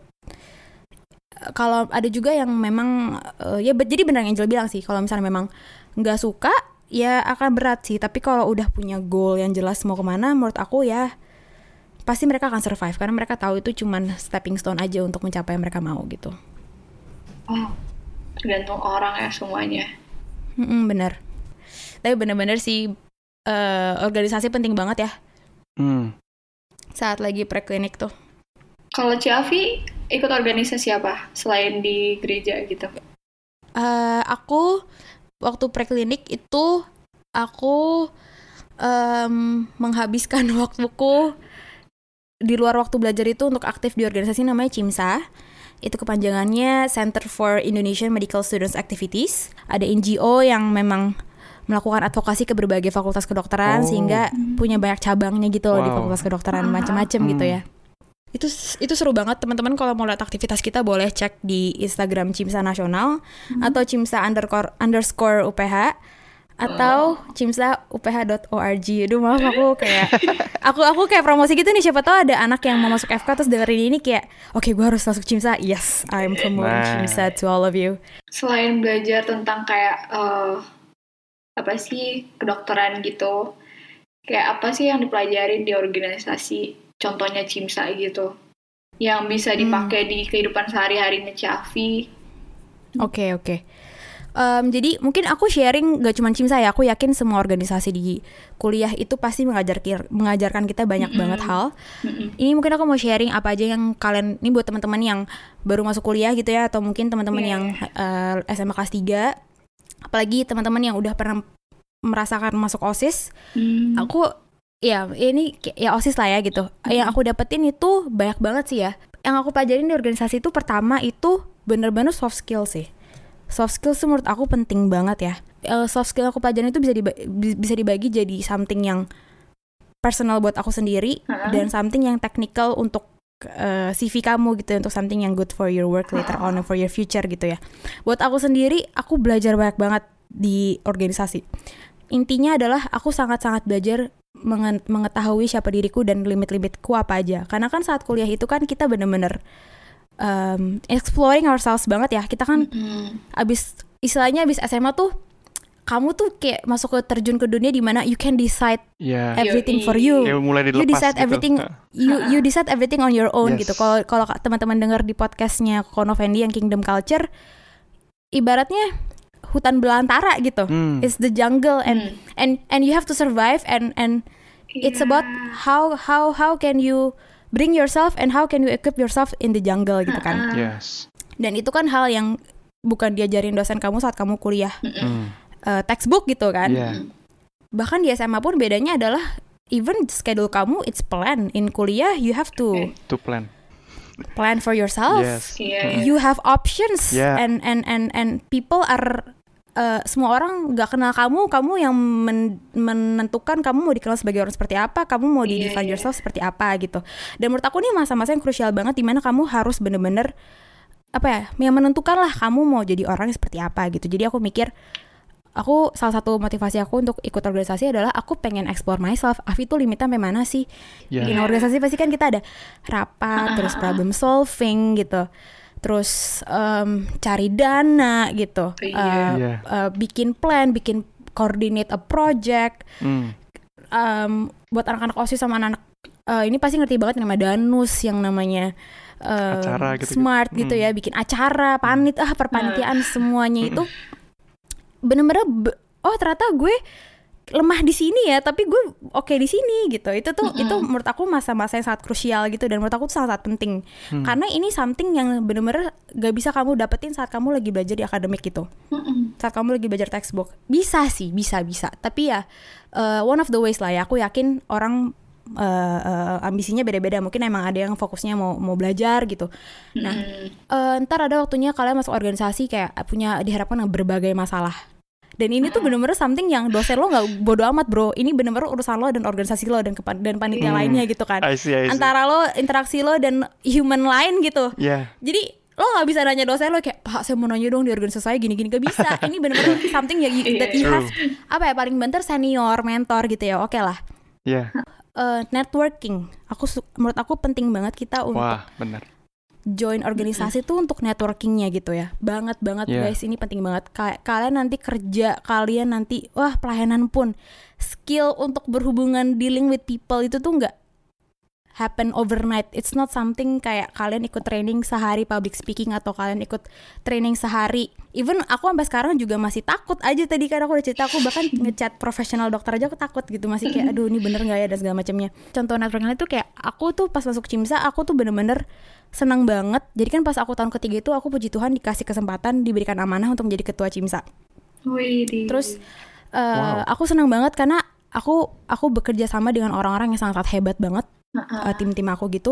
kalau ada juga yang memang uh, ya jadi benar yang Angel bilang sih, kalau misalnya memang nggak suka ya akan berat sih, tapi kalau udah punya goal yang jelas mau kemana, menurut aku ya pasti mereka akan survive karena mereka tahu itu cuman stepping stone aja untuk mencapai yang mereka mau gitu. Oh, tergantung orang ya semuanya. Mm-mm, bener. Tapi bener-bener sih uh, organisasi penting banget ya. Hmm. Saat lagi preklinik tuh. Kalau Ciavi ikut organisasi apa selain di gereja gitu? Uh, aku waktu preklinik itu aku um, menghabiskan waktuku di luar waktu belajar itu untuk aktif di organisasi namanya CIMSA. Itu kepanjangannya Center for Indonesian Medical Students Activities. Ada N G O yang memang melakukan advokasi ke berbagai fakultas kedokteran, oh. sehingga punya banyak cabangnya gitu loh wow. di fakultas kedokteran macam-macam hmm. gitu ya. Itu itu seru banget, teman-teman. Kalau mau lihat aktivitas kita boleh cek di Instagram CIMSA Nasional hmm. atau CIMSA underscore underscore U P H atau oh. cimsa u p h dot org. Aduh maaf aku kayak aku aku kayak promosi gitu nih, siapa tahu ada anak yang mau masuk F K terus dengerin ini kayak oke okay, gue harus masuk CIMSA. Yes, I'm promoting nah. CIMSA to all of you. Selain belajar tentang kayak uh, apa sih kedokteran gitu, kayak apa sih yang dipelajarin di organisasi, contohnya CIMSA gitu, yang bisa dipakai hmm. di kehidupan sehari-harinya Ciavi? Oke okay, oke. Okay. Um, jadi mungkin aku sharing gak cuma CIMSA ya, aku yakin semua organisasi di kuliah itu pasti mengajar, mengajarkan kita banyak mm-hmm. banget hal. Mm-hmm. Ini mungkin aku mau sharing apa aja yang kalian, ini buat teman-teman yang baru masuk kuliah gitu ya, atau mungkin teman-teman yeah. yang uh, S M A kelas tiga, apalagi teman-teman yang udah pernah merasakan masuk OSIS. Mm. Aku ya ini ya OSIS lah ya gitu. Mm. Yang aku dapetin itu banyak banget sih ya. Yang aku pelajarin di organisasi itu pertama itu bener-bener soft skill sih. Soft skill tuh menurut aku penting banget ya. Uh, soft skill aku pelajarin itu bisa dibagi, bisa dibagi jadi something yang personal buat aku sendiri uh-huh. dan something yang technical untuk uh, C V kamu gitu, untuk something yang good for your work later on and for your future gitu ya. Buat aku sendiri, aku belajar banyak banget di organisasi. Intinya adalah aku sangat-sangat belajar mengen- mengetahui siapa diriku dan limit-limitku apa aja. Karena kan saat kuliah itu kan kita bener-bener Um, exploring ourselves banget ya. Kita kan mm-hmm. abis istilahnya abis S M A tuh kamu tuh kayak masuk ke terjun ke dunia di mana you can decide yeah. everything for you. Kayak mulai dilepas you decide gitu. everything you you decide everything on your own yes. gitu. Kalau kalau teman-teman dengar di podcastnya Kono Fendi yang Kingdom Culture, ibaratnya hutan belantara gitu. Mm. It's the jungle and mm. and and you have to survive and and yeah. it's about how how how can you bring yourself and how can you equip yourself in the jungle gitu kan. Yes. Dan itu kan hal yang bukan diajarin dosen kamu saat kamu kuliah mm. uh, textbook gitu kan. Yeah. Bahkan di S M A pun bedanya adalah even schedule kamu it's plan. In kuliah you have to to plan. Plan for yourself. Yes. Yeah. You have options yeah. and and and and people are Uh, semua orang nggak kenal kamu, kamu yang men- menentukan kamu mau dikenal sebagai orang seperti apa, kamu mau di define yeah, yourself yeah. seperti apa gitu. Dan menurut aku nih masa-masa yang krusial banget, dimana kamu harus bener-bener apa ya, yang menentukan lah kamu mau jadi orang seperti apa gitu. Jadi aku mikir, aku salah satu motivasi aku untuk ikut organisasi adalah aku pengen explore myself. Afi tuh limitnya sampai mana sih? Yeah. Di organisasi pasti kan kita ada rapat, terus problem solving gitu. Terus um, cari dana gitu, uh, yeah. uh, bikin plan, bikin coordinate a project. Mm. Um, buat anak-anak OSIS sama anak-anak uh, ini pasti ngerti banget nama danus yang namanya uh, acara, gitu, smart gitu, gitu mm. ya, bikin acara, panit, ah perpanitiaan mm. semuanya itu bener-bener be- oh ternyata gue lemah di sini ya, tapi gue oke di sini gitu. Itu tuh mm-hmm. itu menurut aku masa-masa yang sangat krusial gitu, dan menurut aku tuh sangat penting. Hmm. Karena ini something yang bener-bener gak bisa kamu dapetin saat kamu lagi belajar di akademik gitu. Mm-hmm. Saat kamu lagi belajar textbook. Bisa sih, bisa bisa. Tapi ya uh, one of the ways lah ya. Aku yakin orang uh, uh, ambisinya beda-beda. Mungkin emang ada yang fokusnya mau mau belajar gitu. Nah, mm-hmm. uh, ntar ada waktunya kalian masuk organisasi kayak punya diharapkan berbagai masalah. Dan ini tuh bener-bener something yang dosen lo gak bodo amat bro. Ini bener-bener urusan lo dan organisasi lo dan kepan- dan panitia hmm. lainnya gitu kan. I see, I see. Antara lo, interaksi lo dan human lain gitu. Yeah. Jadi lo gak bisa nanya dosen lo kayak, Pak saya mau nanya dong di organisasi saya gini-gini. Gak bisa. Ini bener-bener something yang you, that you have. Apa ya, paling bentar senior, mentor gitu ya. Oke okay lah. Iya. Yeah. Uh, networking. Aku menurut aku penting banget kita untuk Wah, bener. join organisasi mm-hmm. tuh untuk networkingnya gitu ya. Banget banget yeah. guys, ini penting banget. Ka- kalian nanti kerja, kalian nanti wah pelayanan pun skill untuk berhubungan dealing with people itu tuh nggak happen overnight. It's not something kayak kalian ikut training sehari public speaking atau kalian ikut training sehari. Even aku sampai sekarang juga masih takut aja. Tadi kan aku udah cerita, aku bahkan ngechat profesional dokter aja aku takut gitu. Masih kayak aduh ini bener gak ya dan segala macamnya. Contoh networking itu kayak aku tuh pas masuk CIMSA aku tuh bener-bener senang banget. Jadi kan pas aku tahun ketiga itu aku puji Tuhan dikasih kesempatan, diberikan amanah untuk menjadi ketua CIMSA. Wih. Terus uh, wow. aku senang banget karena aku aku bekerja sama dengan orang-orang yang sangat hebat banget. Uh, tim-tim aku gitu.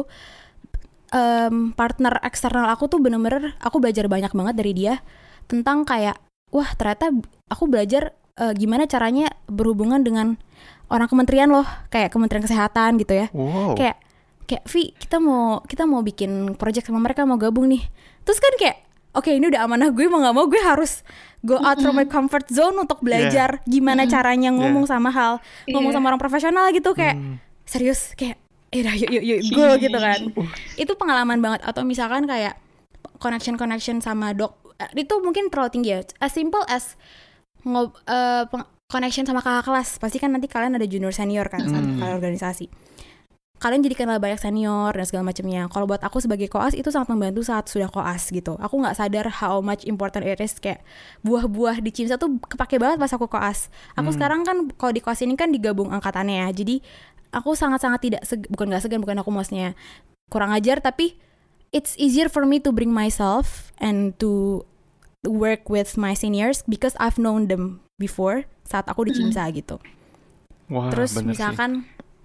Um, partner eksternal aku tuh bener-bener aku belajar banyak banget dari dia tentang kayak wah ternyata aku belajar uh, gimana caranya berhubungan dengan orang kementerian loh, kayak Kementerian Kesehatan gitu ya. Wow. Kayak kayak Vi kita mau kita mau bikin project sama mereka, mau gabung nih. Terus kan kayak oke okay, ini udah amanah gue, mau nggak mau gue harus go out from my comfort zone untuk belajar yeah. gimana mm-hmm. caranya ngomong yeah. sama hal ngomong yeah. sama orang profesional gitu kayak mm. serius kayak eh yuk yuk yuk go gitu kan. Itu pengalaman banget. Atau misalkan kayak connection connection sama dok itu mungkin terlalu tinggi ya. As simple as ngob uh, connection sama kakak kelas. Pasti kan nanti kalian ada junior senior kan saat mm. kalian organisasi. Kalian jadi kenal banyak senior dan segala macamnya. Kalau buat aku sebagai koas itu sangat membantu saat sudah koas gitu. Aku nggak sadar how much important it is, kayak buah-buah di CIMSA tuh kepake banget pas aku koas. Aku mm. sekarang kan kalau di koas ini kan digabung angkatannya ya. Jadi aku sangat-sangat tidak seg- bukan nggak segan, bukan aku maksudnya kurang ajar, tapi it's easier for me to bring myself and to work with my seniors because I've known them before saat aku di CIMSA mm. gitu. Wah, terus misalkan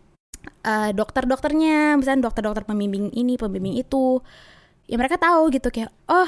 uh, dokter-dokternya, misalkan dokter-dokter pembimbing ini, pembimbing itu, ya mereka tahu gitu kayak oh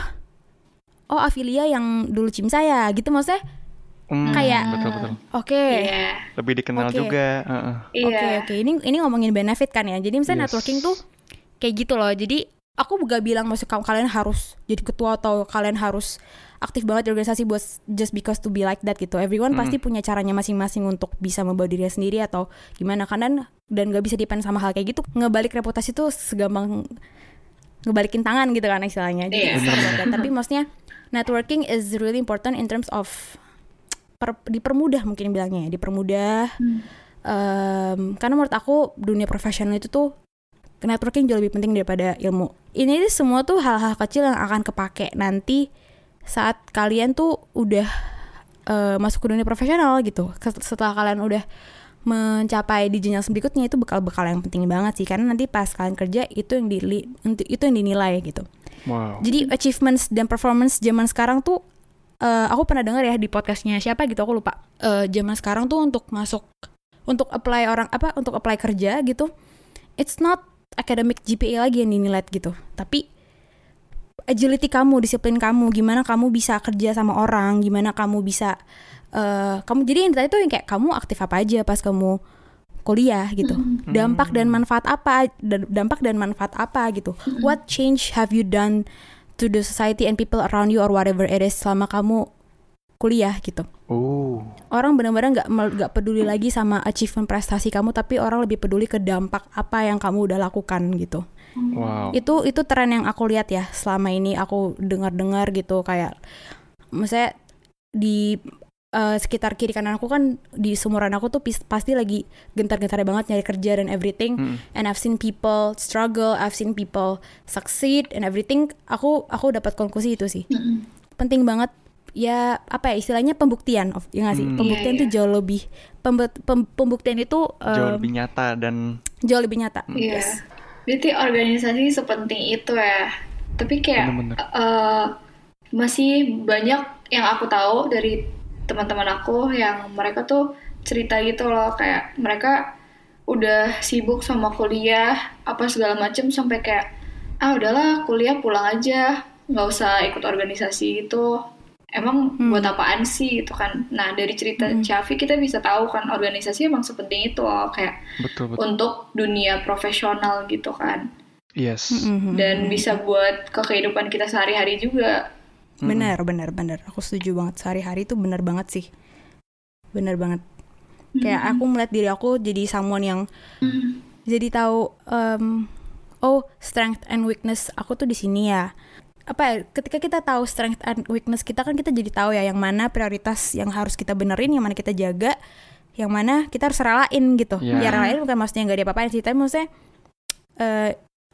oh Afilia yang dulu CIMSA ya gitu, maksudnya Hmm, kayak betul-betul. Oke. Okay. Yeah. Lebih dikenal okay. juga. Uh-uh. Oke yeah. oke. Okay, okay. Ini ini ngomongin benefit kan ya. Jadi misalnya yes. networking tuh kayak gitu loh. Jadi aku gak bilang maksud kamu kalian harus jadi ketua atau kalian harus aktif banget di organisasi buat just because to be like that gitu. Everyone hmm. pasti punya caranya masing-masing untuk bisa membawa dirinya sendiri atau gimana kan, dan gak bisa depend sama hal kayak gitu. Ngebalik reputasi tuh segampang ngebalikin tangan gitu kan istilahnya. Jadi yeah. tapi maksudnya networking is really important in terms of Per, dipermudah mungkin bilangnya ya, dipermudah hmm. um, karena menurut aku dunia profesional itu tuh networking jauh lebih penting daripada ilmu. Ini semua tuh hal-hal kecil yang akan kepake nanti saat kalian tuh udah uh, masuk ke dunia profesional gitu. Setelah kalian udah mencapai di jenjang berikutnya, itu bekal-bekal yang penting banget sih, karena nanti pas kalian kerja itu yang dili, itu yang dinilai gitu. Wow. Jadi achievements dan performance zaman sekarang tuh Uh, aku pernah dengar ya di podcastnya siapa gitu, aku lupa. Uh, zaman sekarang tuh untuk masuk, untuk apply orang apa, untuk apply kerja gitu, it's not academic G P A lagi yang dinilai gitu, tapi agility kamu, disiplin kamu, gimana kamu bisa kerja sama orang, gimana kamu bisa, uh, kamu jadi yang tadi tuh yang kayak kamu aktif apa aja pas kamu kuliah gitu, mm-hmm. dampak dan manfaat apa, dampak dan manfaat apa gitu, mm-hmm. what change have you done to the society and people around you or whatever it is selama kamu kuliah gitu. Oh. Orang benar-benar nggak nggak peduli lagi sama achievement prestasi kamu, tapi orang lebih peduli ke dampak apa yang kamu udah lakukan gitu. Wow. Itu itu tren yang aku lihat ya selama ini, aku dengar-dengar gitu, kayak misalnya di uh, sekitar kiri kanan aku kan, di seumuran aku tuh pis, pasti lagi gentar-gentarnya banget nyari kerja dan everything. Mm. And I've seen people struggle, I've seen people succeed and everything. Aku aku dapat konklusi itu sih. Mm. Penting banget ya apa ya istilahnya pembuktian of ya nggak sih Hmm. pembuktian Iya, tuh iya. jauh lebih pembe- pem- pembuktian itu Jauh um, lebih nyata dan jauh lebih nyata. Iya. Yes. Berarti organisasi sepenting itu ya. Tapi kayak bener-bener. eh, masih banyak yang aku tahu dari teman-teman aku yang mereka tuh cerita gitu loh, kayak mereka udah sibuk sama kuliah apa segala macem sampai kayak ah udahlah kuliah pulang aja, nggak usah ikut organisasi itu. Emang Hmm. buat apaan sih itu kan? Nah dari cerita Hmm. Chavi kita bisa tahu kan organisasi emang sepenting itu loh, kayak Betul betul. untuk dunia profesional gitu kan, Yes. Mm-mm. dan bisa buat ke kehidupan kita sehari-hari juga. Benar, benar, benar. Aku setuju banget. Sehari-hari itu benar banget sih. Benar banget. Kayak aku melihat diri aku jadi someone yang Hmm. jadi tahu um, oh strength and weakness aku tuh di sini ya. Apa ya, ketika kita tahu strength and weakness kita kan kita jadi tahu ya yang mana prioritas yang harus kita benerin, yang mana kita jaga, yang mana kita harus relain gitu. Ya. Ya relain bukan maksudnya nggak diapa-apain sih, tapi maksudnya eh,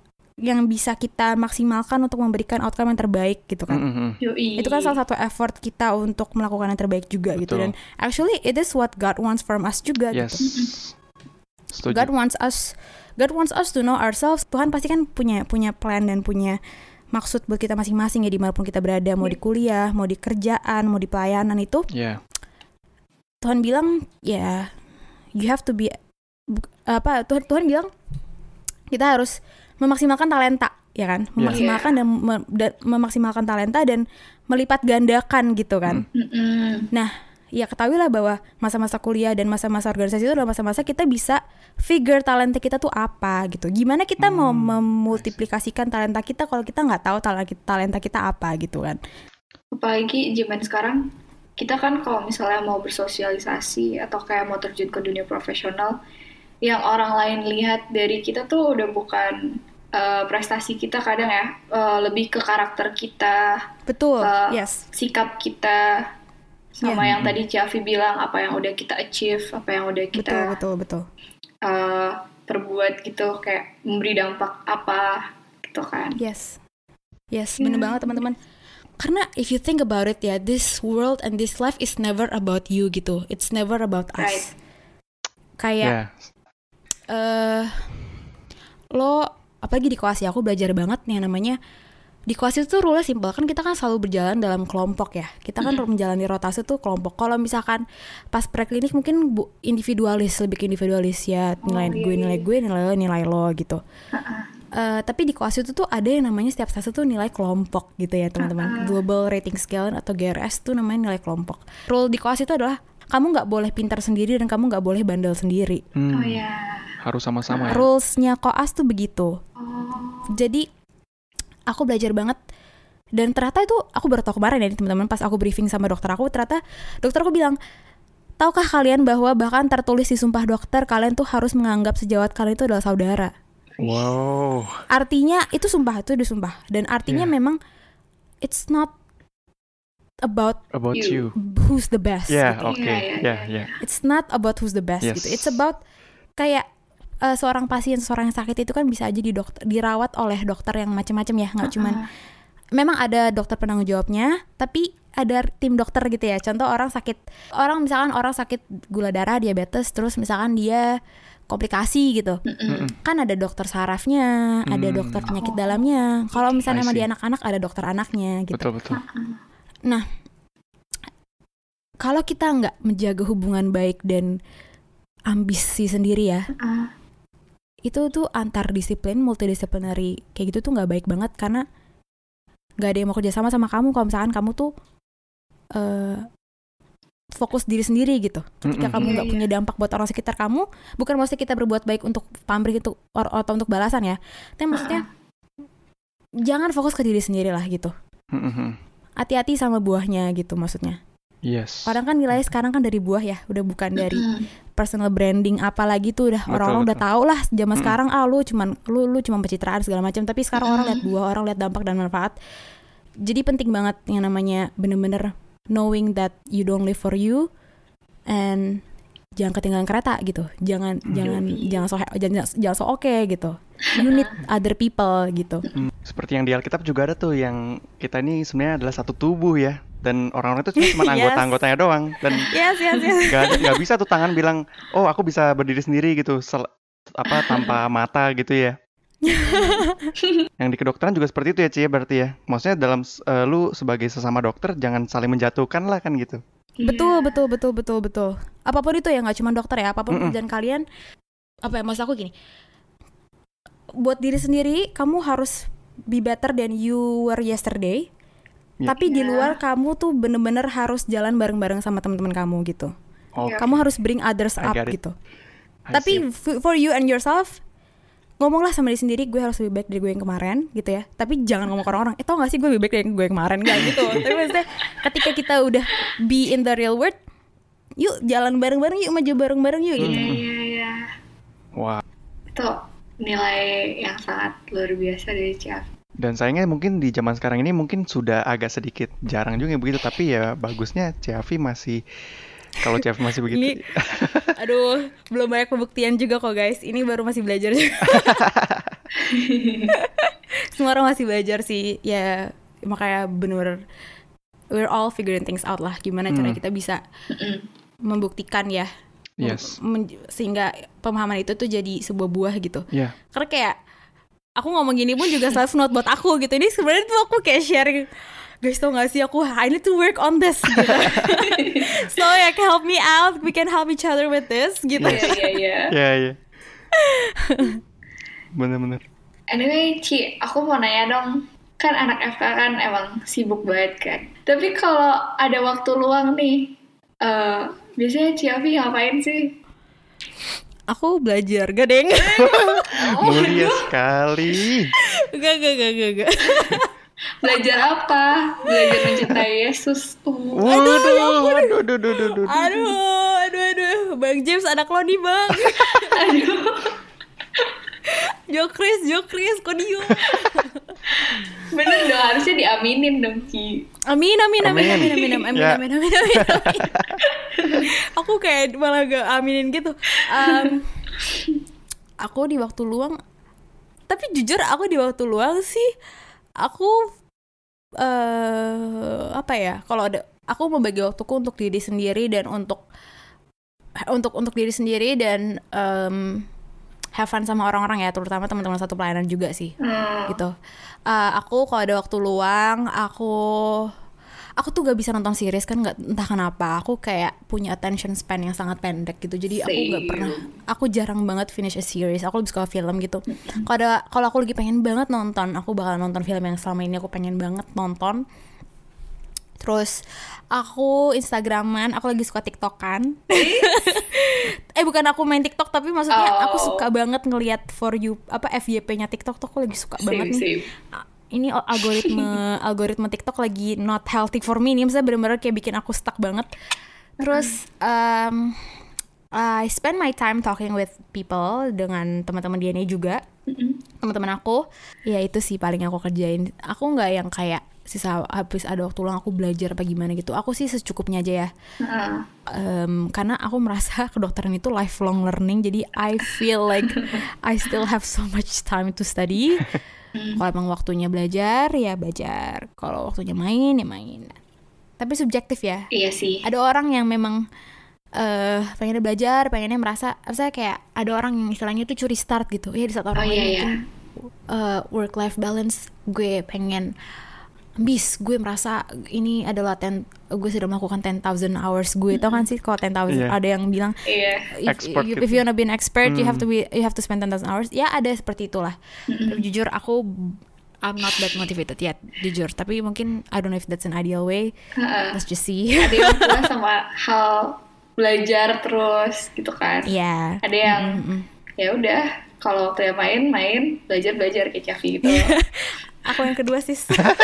yang bisa kita maksimalkan untuk memberikan outcome yang terbaik gitu kan. Mm-mm. Yoi. Itu kan salah satu effort kita untuk melakukan yang terbaik juga gitu. Betul. Dan actually it is what God wants from us juga Yes. gitu. Setuju. God wants us God wants us to know ourselves. Tuhan pasti kan punya punya plan dan punya maksud buat kita masing-masing ya, dimanapun kita berada, mau di kuliah, mau di kerjaan, mau di pelayanan itu. Ya. Tuhan bilang ya you have to be bu- apa Tuhan Tuhan bilang kita harus memaksimalkan talenta ya kan, memaksimalkan dan, me- dan memaksimalkan talenta dan melipat gandakan gitu kan. Mm-mm. Nah, ya ketahuilah bahwa masa-masa kuliah dan masa-masa organisasi itu adalah masa-masa kita bisa figure talenta kita tuh apa gitu. Gimana kita mau memultiplikasikan talenta kita kalau kita nggak tahu talenta talenta kita apa gitu kan. Apalagi zaman sekarang kita kan kalau misalnya mau bersosialisasi atau kayak mau terjun ke dunia profesional, yang orang lain lihat dari kita tuh udah bukan uh, prestasi kita kadang ya, uh, lebih ke karakter kita, Betul, uh, yes. sikap kita, sama Yeah. yang tadi Chavi bilang apa yang udah kita achieve, apa yang udah Betul, kita betul, betul. uh, perbuat gitu, kayak memberi dampak apa gitu kan. Yes. Yes, bener banget teman-teman. Karena if you think about it ya, this world and this life is never about you gitu. It's never about us. Right. Kayak Ya. eh lo apalagi di koas ya, aku belajar banget nih yang namanya di koas itu tuh rule simple kan, kita kan selalu berjalan dalam kelompok ya, kita kan menjalani rotasi tuh kelompok. Kalau misalkan pas preklinik mungkin bu, individualis, lebih ke individualis ya, nilai Oh, iya, gue iya. nilai gue nilai lo nilai lo gitu. Eh, tapi di koas itu tuh ada yang namanya setiap stase tuh nilai kelompok gitu ya teman-teman. Global Rating Scale atau G R S tuh namanya nilai kelompok. Rule di koas itu adalah kamu nggak boleh pintar sendiri dan kamu nggak boleh bandel sendiri. Hmm, Oh ya. harus sama-sama ya. Rules-nya koas tuh begitu. Oh. Jadi aku belajar banget, dan ternyata itu aku baru tahu kemarin ya teman-teman, pas aku briefing sama dokter aku, ternyata dokter aku bilang, tahukah kalian bahwa bahkan tertulis di sumpah dokter kalian tuh harus menganggap sejawat kalian itu adalah saudara. Wow. Artinya itu sumpah, itu disumpah, dan artinya Yeah. memang it's not about About you. You. who's the best Ya, gitu. oke. Iya, iya, Ya, iya. ya. It's not about who's the best Yes. gitu. It's about kayak uh, seorang pasien, seorang yang sakit itu kan bisa aja di dokter, dirawat oleh dokter yang macam-macam ya, nggak cuman memang ada dokter penanggung jawabnya, tapi ada tim dokter gitu ya. Contoh orang sakit, orang misalkan orang sakit gula darah, diabetes, terus misalkan dia komplikasi gitu, kan ada dokter sarafnya, ada Hmm. dokter penyakit dalamnya. Kalau misalnya I sama see. di anak-anak ada dokter anaknya gitu. Betul, betul. Nah, kalau kita nggak menjaga hubungan baik dan ambisi sendiri ya, Ah. itu tuh antar disiplin, multidisciplinary kayak gitu tuh nggak baik banget, karena nggak ada yang mau kerja sama sama kamu kalau misalkan kamu tuh eh, fokus diri sendiri gitu. Ketika Mm-mm. kamu Iya, nggak iya. punya dampak buat orang sekitar kamu, bukan maksudnya kita berbuat baik untuk pamrih itu or- atau untuk balasan ya, tapi maksudnya jangan fokus ke diri sendiri lah gitu. Mm-mm. Hati-hati sama buahnya gitu maksudnya. Yes. Orang kan nilainya sekarang kan dari buah ya, udah bukan dari personal branding, apalagi tuh udah Betul, orang-orang udah betul. tahu lah zaman Mm-mm. sekarang ah lu cuman lu lu cuma pencitraan segala macam, tapi sekarang orang lihat buah, orang lihat dampak dan manfaat. Jadi penting banget yang namanya bener-bener knowing that you don't live for you, and jangan ketinggalan kereta gitu. Jangan jangan jangan so jangan, jangan so oke gitu. You need other people gitu. Mm, seperti yang di Alkitab juga ada tuh yang kita ini sebenarnya adalah satu tubuh ya. dan orang-orang itu cuma Yes. anggota-anggotanya doang dan Yes, yes, yes. nggak nggak bisa tuh tangan bilang, oh aku bisa berdiri sendiri gitu, sel- apa tanpa mata gitu ya. Yang di kedokteran juga seperti itu ya Cie berarti ya. Maksudnya dalam s- eh, lu sebagai sesama dokter jangan saling menjatuhkan lah kan gitu. Betul, betul, betul, betul, betul. Apapun itu ya, nggak cuma dokter ya, apapun Mm-mm. pekerjaan kalian. Apa ya, maksud aku gini. Buat diri sendiri, kamu harus be better than you were yesterday. Ya. Tapi di Ya. luar kamu tuh bener-bener harus jalan bareng-bareng sama teman-teman kamu gitu. Oke. Ya. Kamu harus bring others I up got it. gitu. I Tapi see. f- for you and yourself, ngomonglah sama diri sendiri, gue harus lebih baik dari gue yang kemarin gitu ya. Tapi jangan ngomong ke orang-orang, eh tau gak sih gue lebih baik dari gue yang kemarin, gak gitu. Tapi maksudnya ketika kita udah be in the real world, yuk jalan bareng-bareng, yuk maju bareng-bareng yuk gitu. Iya, iya, iya. Wah. Itu nilai yang sangat luar biasa dari Ciafi. Dan sayangnya mungkin di zaman sekarang ini mungkin sudah agak sedikit jarang juga yang begitu, tapi ya bagusnya Ciafi masih, kalau Ciafi masih begitu. Ini, aduh, belum banyak pembuktian juga kok guys. Ini baru masih belajar juga. Semua orang masih belajar sih. Ya makanya bener, we're all figuring things out lah. Gimana cara Hmm. kita bisa membuktikan ya. Yes. Men- sehingga pemahaman itu tuh jadi sebuah buah gitu. Ya. Karena kayak aku ngomong gini pun juga self note buat aku gitu. Ini sebenarnya tuh aku kayak sharing, guys tau gak sih aku I need to work on this gitu. So like help me out, we can help each other with this gitu. Iya, iya, iya. Ya, ya. Bener-bener. Anyway, Ci, aku mau nanya dong. Kan anak F K kan emang sibuk banget kan. Tapi kalau ada waktu luang nih, eh biasanya Ciafi ngapain sih? Aku belajar, gak deng. Mulia sekali. Gak, gak, gak, gak, gak. Belajar apa? Belajar mencintai Yesus. Uh. Waduh, waduh, waduh, waduh, waduh, waduh. Aduh, aduh, aduh. Bang James anak lo nih bang. Aduh. Jo Chris, Jo Chris, kok diem? Bener dong, harusnya diaminin dong, Ci. Amin, amin, amin, Amin. amin, amin, amin, Ya. amin, amin, amin, amin. Aku kayak malah gak aminin gitu. Um, aku di waktu luang, tapi jujur aku di waktu luang sih, aku eh apa ya? Kalau ada, aku membagi waktuku untuk diri sendiri dan untuk untuk untuk diri sendiri dan um, have fun sama orang-orang ya, terutama teman-teman satu pelayanan juga sih. Hmm. Gitu. Uh, aku kalau ada waktu luang, aku aku tuh gak bisa nonton series kan, nggak entah kenapa. Aku kayak punya attention span yang sangat pendek gitu. Jadi aku nggak Same. pernah, aku jarang banget finish a series. Aku lebih suka film gitu. Kalau ada, kalau aku lagi pengen banget nonton, aku bakal nonton film yang selama ini aku pengen banget nonton. Terus aku Instagraman, aku lagi suka TikTokan. eh bukan aku main TikTok, tapi maksudnya aku Oh. suka banget ngelihat for you apa F Y P-nya TikTok tuh, aku lagi suka banget Same, nih. same. Ah, Ini algoritma algoritma TikTok lagi not healthy for me. Ini misalnya bener-bener kayak bikin aku stuck banget. Terus um, I spend my time talking with people, dengan teman-teman D N A juga, teman-teman aku. Ya itu sih paling aku kerjain. Aku nggak yang kayak sisa habis ada waktu luang aku belajar apa gimana gitu. Aku sih secukupnya aja ya. Heeh. Um, karena aku merasa kedokteran itu lifelong learning, jadi I feel like I still have so much time to study. Kalau emang waktunya belajar ya belajar, kalau waktunya main ya main. Tapi subjektif ya. Iya sih. Ada orang yang memang eh pengennya belajar, pengennya merasa, misalnya kayak ada orang yang istilahnya tuh curi start gitu. Ya di saat orang Oh, lain iya, mungkin eh, work life balance, gue pengen ambis, gue merasa ini adalah ten, gue sudah melakukan ten thousand hours gue. Tau kan sih kalau ten thousand Iya. ada yang bilang Iya. if, Expert if, gitu. if you wanna be an expert, you have Hmm. to be you have to spend ten thousand hours. Ya ada seperti itulah. Tapi jujur aku I'm not that motivated yet, jujur. Tapi mungkin I don't know if that's an ideal way. Heeh. Let's just see. Ada yang puas sama hal belajar terus gitu kan. Iya. Ada yang Mm-mm. ya udah, kalau waktunya main main, belajar belajar kayak Ciafi gitu. Aku yang kedua sis.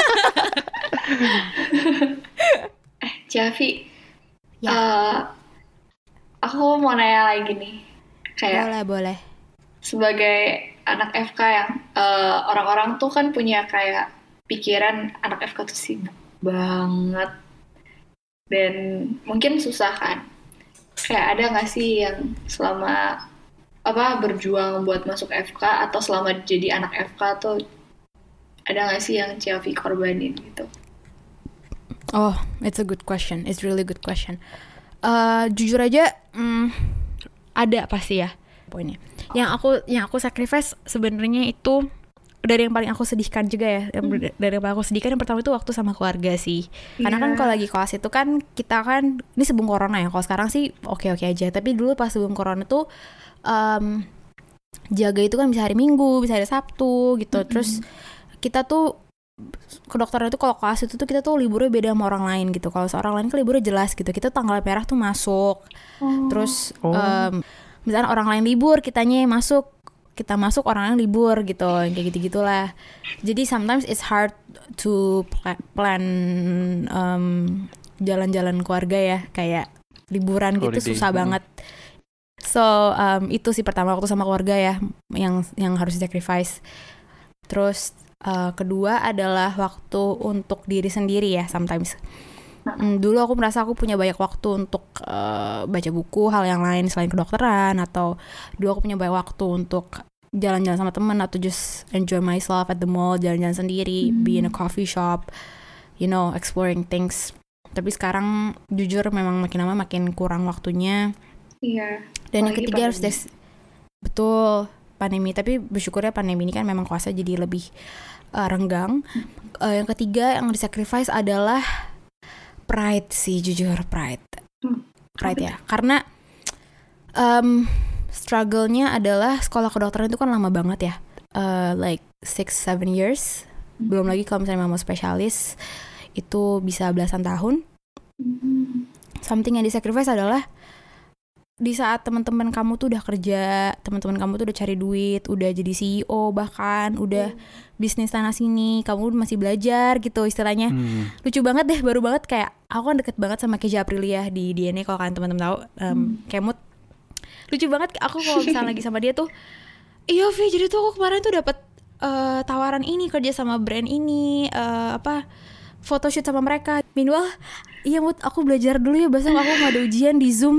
Eh, Ciafi, Ya. eh, aku mau nanya lagi nih. Kayak Boleh boleh. sebagai anak F K yang eh, orang-orang tuh kan punya kayak pikiran anak F K tuh sibuk banget dan mungkin susah kan. Kayak ada nggak sih yang selama apa berjuang buat masuk F K atau selama jadi anak F K tuh ada nggak sih yang Ciafi korbanin gitu? Oh, it's a good question. It's really good question. Uh, jujur aja, mm, ada pasti ya poinnya. Yang aku yang aku sacrifice sebenarnya itu dari yang paling aku sedihkan juga ya. Yang hmm. Dari yang paling aku sedihkan yang pertama itu waktu sama keluarga sih. Yeah. Karena kan kalau lagi kelas itu kan kita kan ini sebelum corona ya. Kalau sekarang sih oke-oke aja. Tapi dulu pas sebelum corona tuh um, jaga itu kan bisa hari Minggu, bisa hari Sabtu gitu. Mm-hmm. Terus kita tuh ke dokter itu kalau kelas itu tuh kita tuh liburnya beda sama orang lain gitu. Kalau seorang lain kan liburnya jelas gitu. Kita tanggal merah tuh masuk. Oh. Terus oh. Um, misalnya orang lain libur, kitanya masuk. Kita masuk orang lain libur gitu. Kayak gitu-gitulah. Jadi sometimes it's hard to plan um, jalan-jalan keluarga ya. Kayak liburan gitu holiday. Susah hmm. banget. So um, itu sih pertama waktu sama keluarga ya yang yang harus sacrifice. Terus uh, kedua adalah waktu untuk diri sendiri ya sometimes. Hmm, dulu aku merasa aku punya banyak waktu untuk uh, baca buku, hal yang lain selain kedokteran, atau dulu aku punya banyak waktu untuk jalan-jalan sama teman atau just enjoy myself at the mall, jalan-jalan sendiri, hmm. be in a coffee shop, you know, exploring things. Tapi sekarang jujur memang makin lama makin kurang waktunya. Iya. Dan yang ketiga harus des betul pandemi, tapi bersyukurnya pandemi ini kan memang kuasa jadi lebih uh, renggang. Hmm. Uh, yang ketiga yang disacrifice adalah pride sih, jujur pride. Hmm. Pride ya. Karena um, struggle-nya adalah sekolah kedokteran itu kan lama banget ya. Uh, like six seven years. Hmm. Belum lagi kalau misalnya mau spesialis itu bisa belasan tahun. Hmm. Something yang disacrifice adalah di saat teman-teman kamu tuh udah kerja, teman-teman kamu tuh udah cari duit, udah jadi C E O bahkan, udah hmm. bisnis sana sini, kamu masih belajar gitu istilahnya. Hmm. Lucu banget deh, baru banget kayak aku kan deket banget sama Keja Aprilia di D N A kalau kalian teman-teman tahu, um, hmm. Kemut. Lucu banget aku kalau misalnya lagi sama dia tuh, iya Vi, jadi tuh aku kemarin tuh dapat uh, tawaran ini kerja sama brand ini, uh, apa photoshoot sama mereka. Meanwhile, iya Mut, aku belajar dulu ya, besok aku mau ada ujian di Zoom.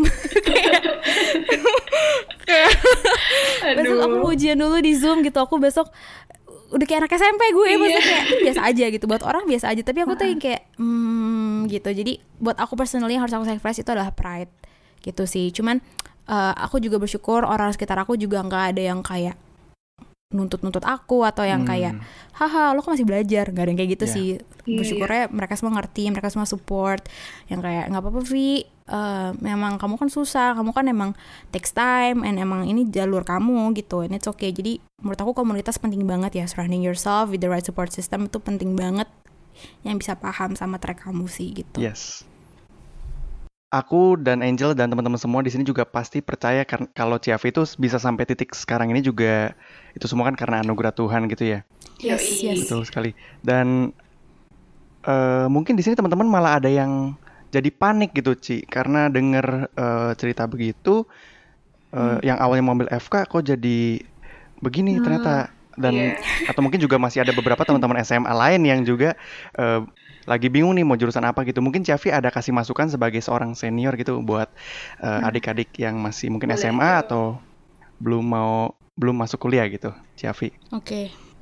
Kayak besok aku mau ujian dulu di Zoom gitu. Aku besok udah kayak anak S M P gue, yeah. Maksudnya kayak itu biasa aja gitu. Buat orang biasa aja, tapi aku tuh yang kayak hmm gitu. Jadi buat aku personally yang harus aku sacrifice itu adalah pride gitu sih. Cuman uh, aku juga bersyukur orang sekitar aku juga gak ada yang kayak nuntut-nuntut aku atau yang hmm. kayak haha lo kok masih belajar, gak ada yang kayak gitu yeah. sih. Bersyukurnya mereka semua ngerti, mereka semua support yang kayak nggak apa-apa Vi, uh, memang kamu kan susah, kamu kan emang takes time and emang ini jalur kamu gitu, and it's okay. Jadi menurut aku komunitas penting banget ya, surrounding yourself with the right support system itu penting banget, yang bisa paham sama track kamu sih gitu. Yes. Aku dan Angel dan teman-teman semua di sini juga pasti percaya kan kalau Ciavi itu bisa sampai titik sekarang ini juga itu semua kan karena anugerah Tuhan gitu ya. Yes, yes. Betul sekali. Dan uh, mungkin di sini teman-teman malah ada yang jadi panik gitu Ci, karena denger uh, cerita begitu uh, hmm. yang awalnya mau ambil F K kok jadi begini hmm. ternyata. Dan yeah. atau mungkin juga masih ada beberapa teman-teman S M A lain yang juga uh, lagi bingung nih mau jurusan apa gitu. Mungkin Ciavi ada kasih masukan sebagai seorang senior gitu buat uh, hmm. adik-adik yang masih mungkin boleh, S M A atau belum mau belum masuk kuliah gitu, Ciavi. Oke. Okay.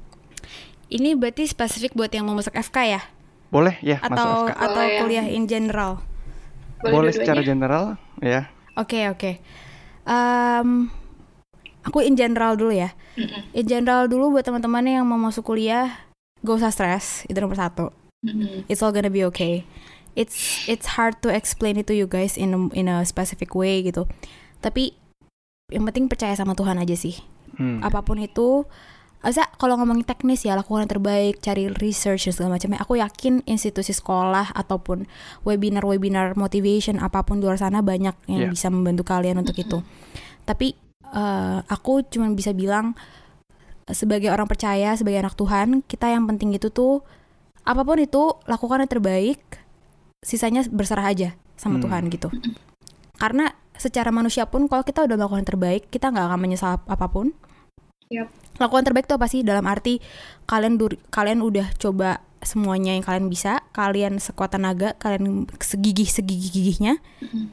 Ini berarti spesifik buat yang mau masuk F K ya? Boleh ya, atau, masuk F K. Atau boleh, kuliah in general? Boleh, boleh secara general ya. Oke, okay, oke. Okay. Um, aku in general dulu ya. Mm-mm. In general dulu buat teman-teman yang mau masuk kuliah, gak usah stres, itu nomor satu. Mm-hmm. It's all gonna be okay. It's it's hard to explain it to you guys in a, in a specific way gitu. Tapi yang penting percaya sama Tuhan aja sih. Hmm. Apapun itu, asa kalau ngomongin teknis ya lakukan yang terbaik, cari research dan segala macamnya. Aku yakin institusi sekolah ataupun webinar-webinar motivation apapun di luar sana banyak yang yeah. bisa membantu kalian untuk itu. Tapi uh, aku cuma bisa bilang sebagai orang percaya, sebagai anak Tuhan, kita yang penting itu tuh apapun itu lakukan yang terbaik, sisanya berserah aja sama hmm. Tuhan gitu. Karena secara manusia pun kalau kita udah melakukan yang terbaik, kita nggak akan menyesal apapun. Yep. Lakukan terbaik itu apa sih? Dalam arti kalian dur- kalian udah coba semuanya yang kalian bisa, kalian sekuat tenaga, kalian segigih segigih gigihnya. Mm-hmm.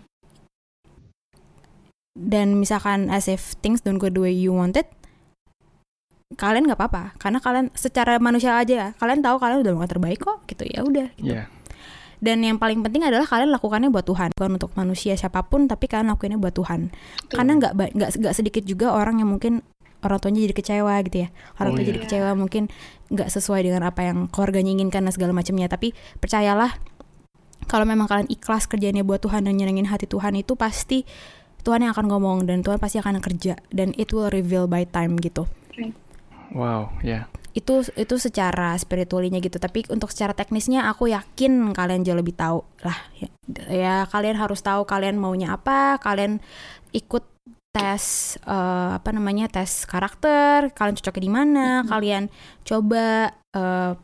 Dan misalkan as if things don't go the way you wanted, kalian nggak apa-apa, karena kalian secara manusia aja ya, kalian tahu kalian udah melakukan terbaik kok, gitu ya udah. Gitu. Yeah. Dan yang paling penting adalah kalian lakukannya buat Tuhan, bukan untuk manusia siapapun, tapi kalian lakuinnya buat Tuhan. Betul. Karena nggak nggak nggak sedikit juga orang yang mungkin orang tuanya jadi kecewa gitu ya, orang oh, tua iya. jadi kecewa mungkin nggak sesuai dengan apa yang keluarganya inginkan dan segala macamnya. Tapi percayalah, kalau memang kalian ikhlas kerjanya buat Tuhan dan nyenengin hati Tuhan, itu pasti Tuhan yang akan ngomong dan Tuhan pasti akan kerja, dan it will reveal by time gitu. Wow, ya. Yeah. Itu itu secara spiritualnya gitu. Tapi untuk secara teknisnya aku yakin kalian jauh lebih tahu lah. Ya, ya kalian harus tahu kalian maunya apa, kalian ikut tes uh, apa namanya tes karakter, kalian cocoknya di mana, mm-hmm. kalian coba uh,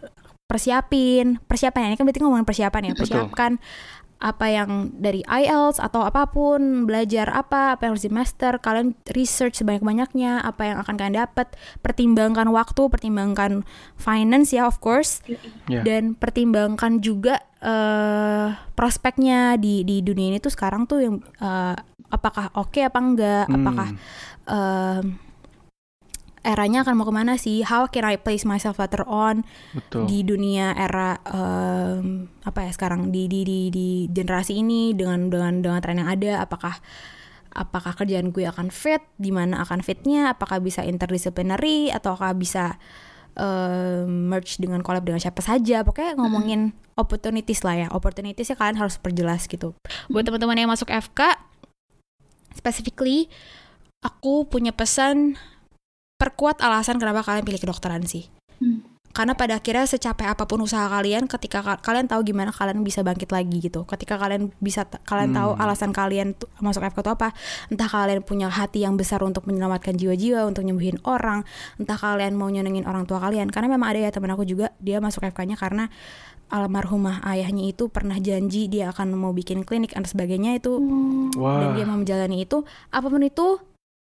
persiapin persiapan ini kan berarti ngomongin persiapan ya, persiapkan Betul. Apa yang dari I E L T S atau apapun, belajar apa apa yang harus di master, kalian research sebanyak-banyaknya apa yang akan kalian dapat, pertimbangkan waktu, pertimbangkan finance ya of course, yeah. dan pertimbangkan juga uh, prospeknya di di dunia ini tuh sekarang tuh yang uh, apakah oke okay apa enggak, hmm. apakah uh, eranya akan mau kemana sih, how can I place myself later on Betul. Di dunia era um, apa ya sekarang di di di di generasi ini dengan dengan dengan tren yang ada, apakah apakah kerjaan gue akan fit, di mana akan fitnya, apakah bisa interdisciplinary ataukah bisa um, merge dengan collab dengan siapa saja, pokoknya ngomongin hmm. opportunities lah ya, opportunitiesnya kalian harus perjelas gitu. Buat teman-teman yang masuk F K specifically, aku punya pesan, perkuat alasan kenapa kalian pilih kedokteran sih. Hmm. Karena pada akhirnya secapek apapun usaha kalian, ketika ka- kalian tahu gimana kalian bisa bangkit lagi gitu. Ketika kalian bisa t- kalian hmm. tahu alasan kalian t- masuk F K itu apa, entah kalian punya hati yang besar untuk menyelamatkan jiwa-jiwa, untuk nyembuhin orang, entah kalian mau nyenengin orang tua kalian. Karena memang ada ya teman aku juga, dia masuk F K-nya karena almarhumah ayahnya itu pernah janji dia akan mau bikin klinik dan sebagainya itu, hmm. wow. dan dia mau menjalani itu. Apapun itu,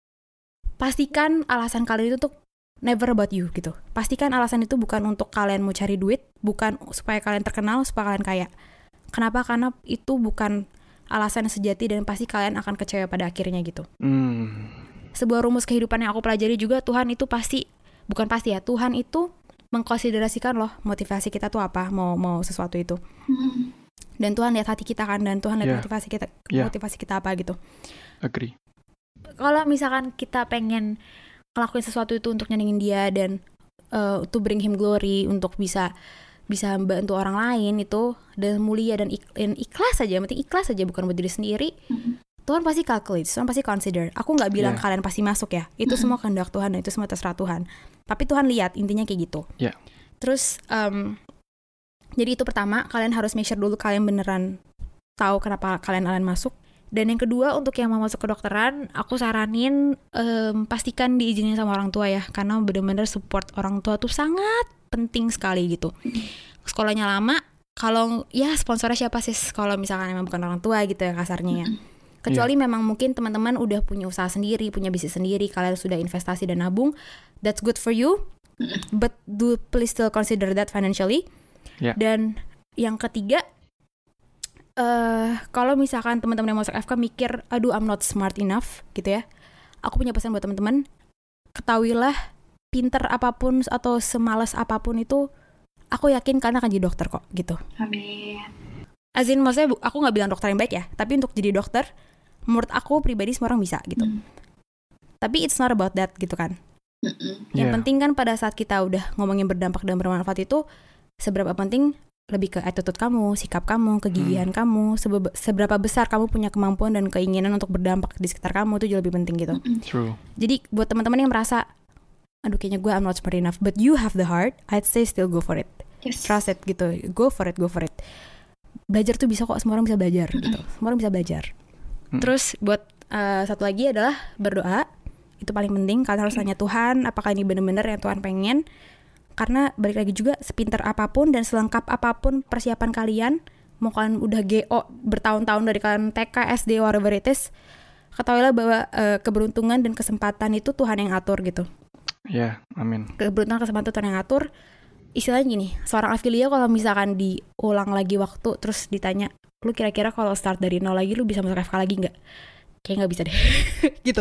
pastikan alasan kalian itu tuh never about you gitu. Pastikan alasan itu bukan untuk kalian mau cari duit, bukan supaya kalian terkenal, supaya kalian kaya. Kenapa? Karena itu bukan alasan sejati dan pasti kalian akan kecewa pada akhirnya gitu. Hmm. Sebuah rumus kehidupan yang aku pelajari juga, Tuhan itu pasti, bukan pasti ya, Tuhan itu mengkonsiderasikan loh motivasi kita tuh apa, mau mau sesuatu itu. Hmm. Dan Tuhan lihat hati kita kan, dan Tuhan lihat yeah. motivasi kita, yeah. motivasi kita apa gitu. Agree. Kalau misalkan kita pengen ngelakuin sesuatu itu untuk nyenengin dia dan uh, to bring him glory, untuk bisa bisa membantu orang lain itu, dan mulia dan ik- ikhlas aja, penting ikhlas aja, bukan buat diri sendiri. Mm-hmm. Tuhan pasti calculate, Tuhan pasti consider. Aku nggak bilang yeah. kalian pasti masuk ya, itu mm-hmm. semua kehendak Tuhan dan itu semua terserah Tuhan. Tapi Tuhan lihat, intinya kayak gitu. Yeah. Terus um, jadi itu pertama, kalian harus make sure dulu kalian beneran tahu kenapa kalian kalian masuk. Dan yang kedua, untuk yang mau masuk kedokteran, aku saranin um, pastikan diizinin sama orang tua ya, karena benar-benar support orang tua tuh sangat penting sekali gitu. Sekolahnya lama, kalau ya sponsornya siapa sih kalau misalkan emang bukan orang tua gitu ya kasarnya ya. Kecuali yeah. memang mungkin teman-teman udah punya usaha sendiri, punya bisnis sendiri, kalian sudah investasi dan nabung, that's good for you, but do please still consider that financially. Yeah. Dan yang ketiga, uh, kalau misalkan teman-teman yang masuk F K mikir, aduh I'm not smart enough gitu ya, aku punya pesan buat teman-teman, ketahuilah pinter apapun atau semalas apapun itu, aku yakin kalian akan jadi dokter kok gitu. Amin. Azin, maksudnya aku nggak bilang dokter yang baik ya, tapi untuk jadi dokter, menurut aku pribadi semua orang bisa gitu. Mm. Tapi it's not about that gitu kan. Mm-mm. Yang yeah. penting kan pada saat kita udah ngomongin berdampak dan bermanfaat itu, seberapa penting lebih ke attitude kamu, sikap kamu, kegigihan mm. kamu, sebe- seberapa besar kamu punya kemampuan dan keinginan untuk berdampak di sekitar kamu, itu jauh lebih penting gitu. Mm-mm. True. Jadi buat teman-teman yang merasa, aduh kayaknya gue I'm not smart enough, but you have the heart, I'd say still go for it. Yes. Trust it gitu, go for it, go for it. Belajar tuh bisa kok, semua orang bisa belajar mm-hmm. gitu, semua orang bisa belajar. Mm. Terus buat uh, satu lagi adalah berdoa, itu paling penting. Kalian harus tanya Tuhan, apakah ini benar-benar yang Tuhan pengen? Karena balik lagi juga, sepintar apapun dan selengkap apapun persiapan kalian, mau kalian udah G O bertahun-tahun dari kalian T K, S D, whatever it is, ketahuilah bahwa uh, keberuntungan dan kesempatan itu Tuhan yang atur gitu. Ya, yeah, amin. Keberuntungan kesempatan Tuhan yang atur. Istilahnya gini, seorang Afilia kalau misalkan diulang lagi waktu terus ditanya, lu kira-kira kalau start dari nol lagi lu bisa masuk F K lagi nggak? Kayak nggak bisa deh, gitu.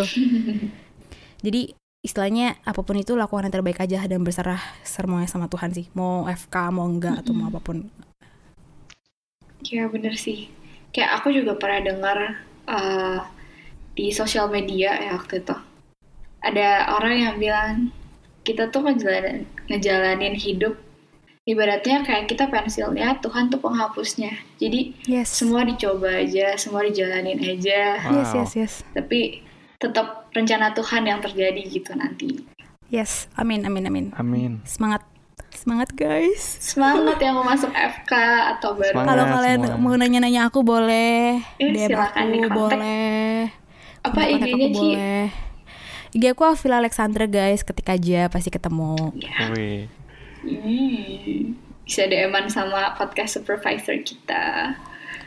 Jadi istilahnya apapun itu lakukan yang terbaik aja dan berserah semuanya sama Tuhan sih. Mau F K, mau enggak, atau mau apapun. Ya bener sih. Kayak aku juga pernah dengar uh, di sosial media ya waktu itu. Ada orang yang bilang kita tuh ngejalanin, ngejalanin hidup ibaratnya kayak kita pensilnya, Tuhan tuh penghapusnya. Jadi Yes. semua dicoba aja, semua dijalanin aja. Wow. Yes, yes, yes. Tapi tetap rencana Tuhan yang terjadi gitu nanti. Yes, amin, amin, amin. Amin. Semangat, semangat guys. Semangat yang mau masuk F K atau baru. Semangat. Kalau kalian semua. mau nanya-nanya aku boleh, Eh, D M silakan aku dikontak. boleh. Apa Kontak I G-nya, aku Ci? boleh. I G aku Afila Alexandra guys, ketik aja pasti ketemu. Ya. Wih. Hmm. Bisa D M-an sama podcast supervisor kita.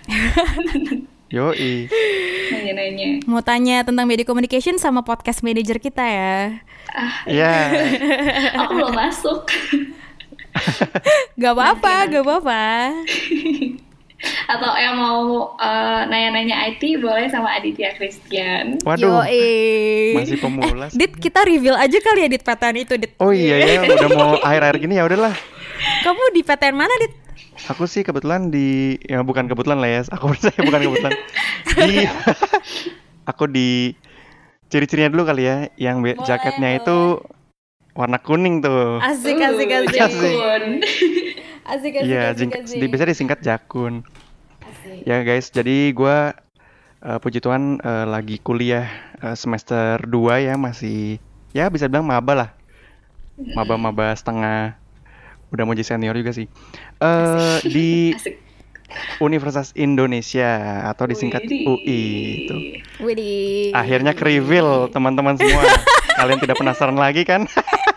Yoi. Nanya-nanya. Mau tanya tentang media communication sama podcast manager kita ya. Ya. Aku belum masuk. Gak apa-apa, gak apa-apa. Atau yang mau uh, nanya-nanya I T boleh sama Aditya Christian. Waduh. Yoi. Masih pemula. Eh, Dit, kita reveal aja kali ya Dit P T N itu, Dit. Oh iya ya, udah mau akhir-akhir gini ya udahlah. Kamu di P T N mana, Dit? Aku sih kebetulan di ya bukan kebetulan lah ya. Aku percaya bukan kebetulan. Di aku di ciri-cirinya dulu kali ya, yang be- Boleh, jaketnya boleh. itu warna kuning tuh. Asik, asik, Uh, asik. Jakun. Asik, asik, Iya, asik, jing- asik. di- biasa disingkat Jakun. Asik. Ya guys, jadi gua eh, puji Tuhan eh, lagi kuliah eh, semester dua ya, masih ya bisa bilang maba lah. Maba-maba setengah. Udah mau jadi senior juga sih. Eh di Asik. Universitas Indonesia atau disingkat Widih. U I itu. Widih. Akhirnya ke-reveal teman-teman semua. Kalian tidak penasaran lagi kan?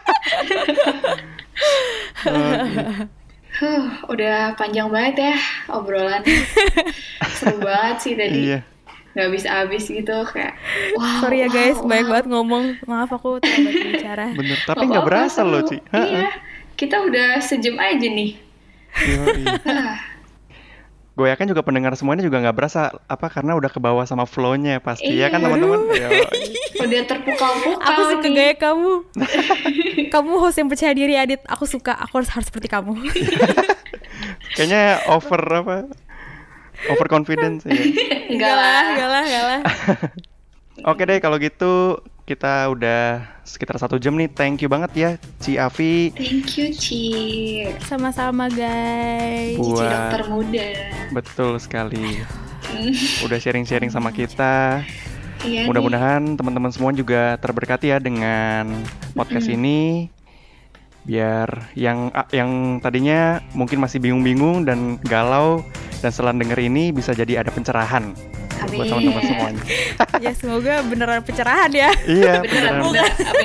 Oh, gitu. Huh, udah panjang banget ya obrolan. Seru banget sih tadi. Iya. Gak habis-habis gitu kayak. Wow. Sorry ya guys, wow, banyak wow. banget ngomong. Maaf aku terlambat bicara. Bener, tapi Gak nggak apa-apa, berasa loh, seru. Ci. Iya. Kita udah sejam aja nih. Yoi. Gue yakin juga pendengar semuanya juga nggak berasa apa karena udah ke bawah sama flow-nya pasti ya kan Iya. teman-teman. Yoi. Udah terpukau-pukau Aku suka nih. gaya kamu. Kamu host yang percaya diri, Adit. Aku suka. Aku harus harus seperti kamu. Kayaknya over apa? Over confidence ya. Enggak lah. enggak lah, enggak lah. Oke deh kalau gitu kita udah sekitar satu jam nih. Thank you banget ya Ci Afi Thank you, Ci. Sama-sama guys. Cici buat dokter muda. betul sekali. Udah sharing-sharing sama kita. Iya nih. Mudah-mudahan teman-teman semua juga terberkati ya dengan podcast ini. Biar yang ah, yang tadinya mungkin masih bingung-bingung dan galau dan setelah denger ini bisa jadi ada pencerahan buat Amin. teman-teman semuanya. Ya semoga beneran pencerahan ya. Iya, Beneran, beneran. beneran. Amin.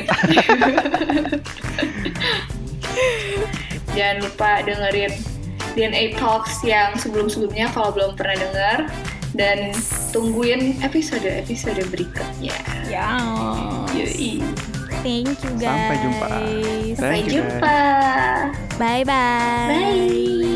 Jangan lupa dengerin D N A Talks yang sebelum-sebelumnya kalau belum pernah denger. Dan tungguin episode-episode berikutnya. Ya. Yoi. Thank you guys. Sampai jumpa. Sampai Thank you, guys. jumpa. Bye bye. Bye.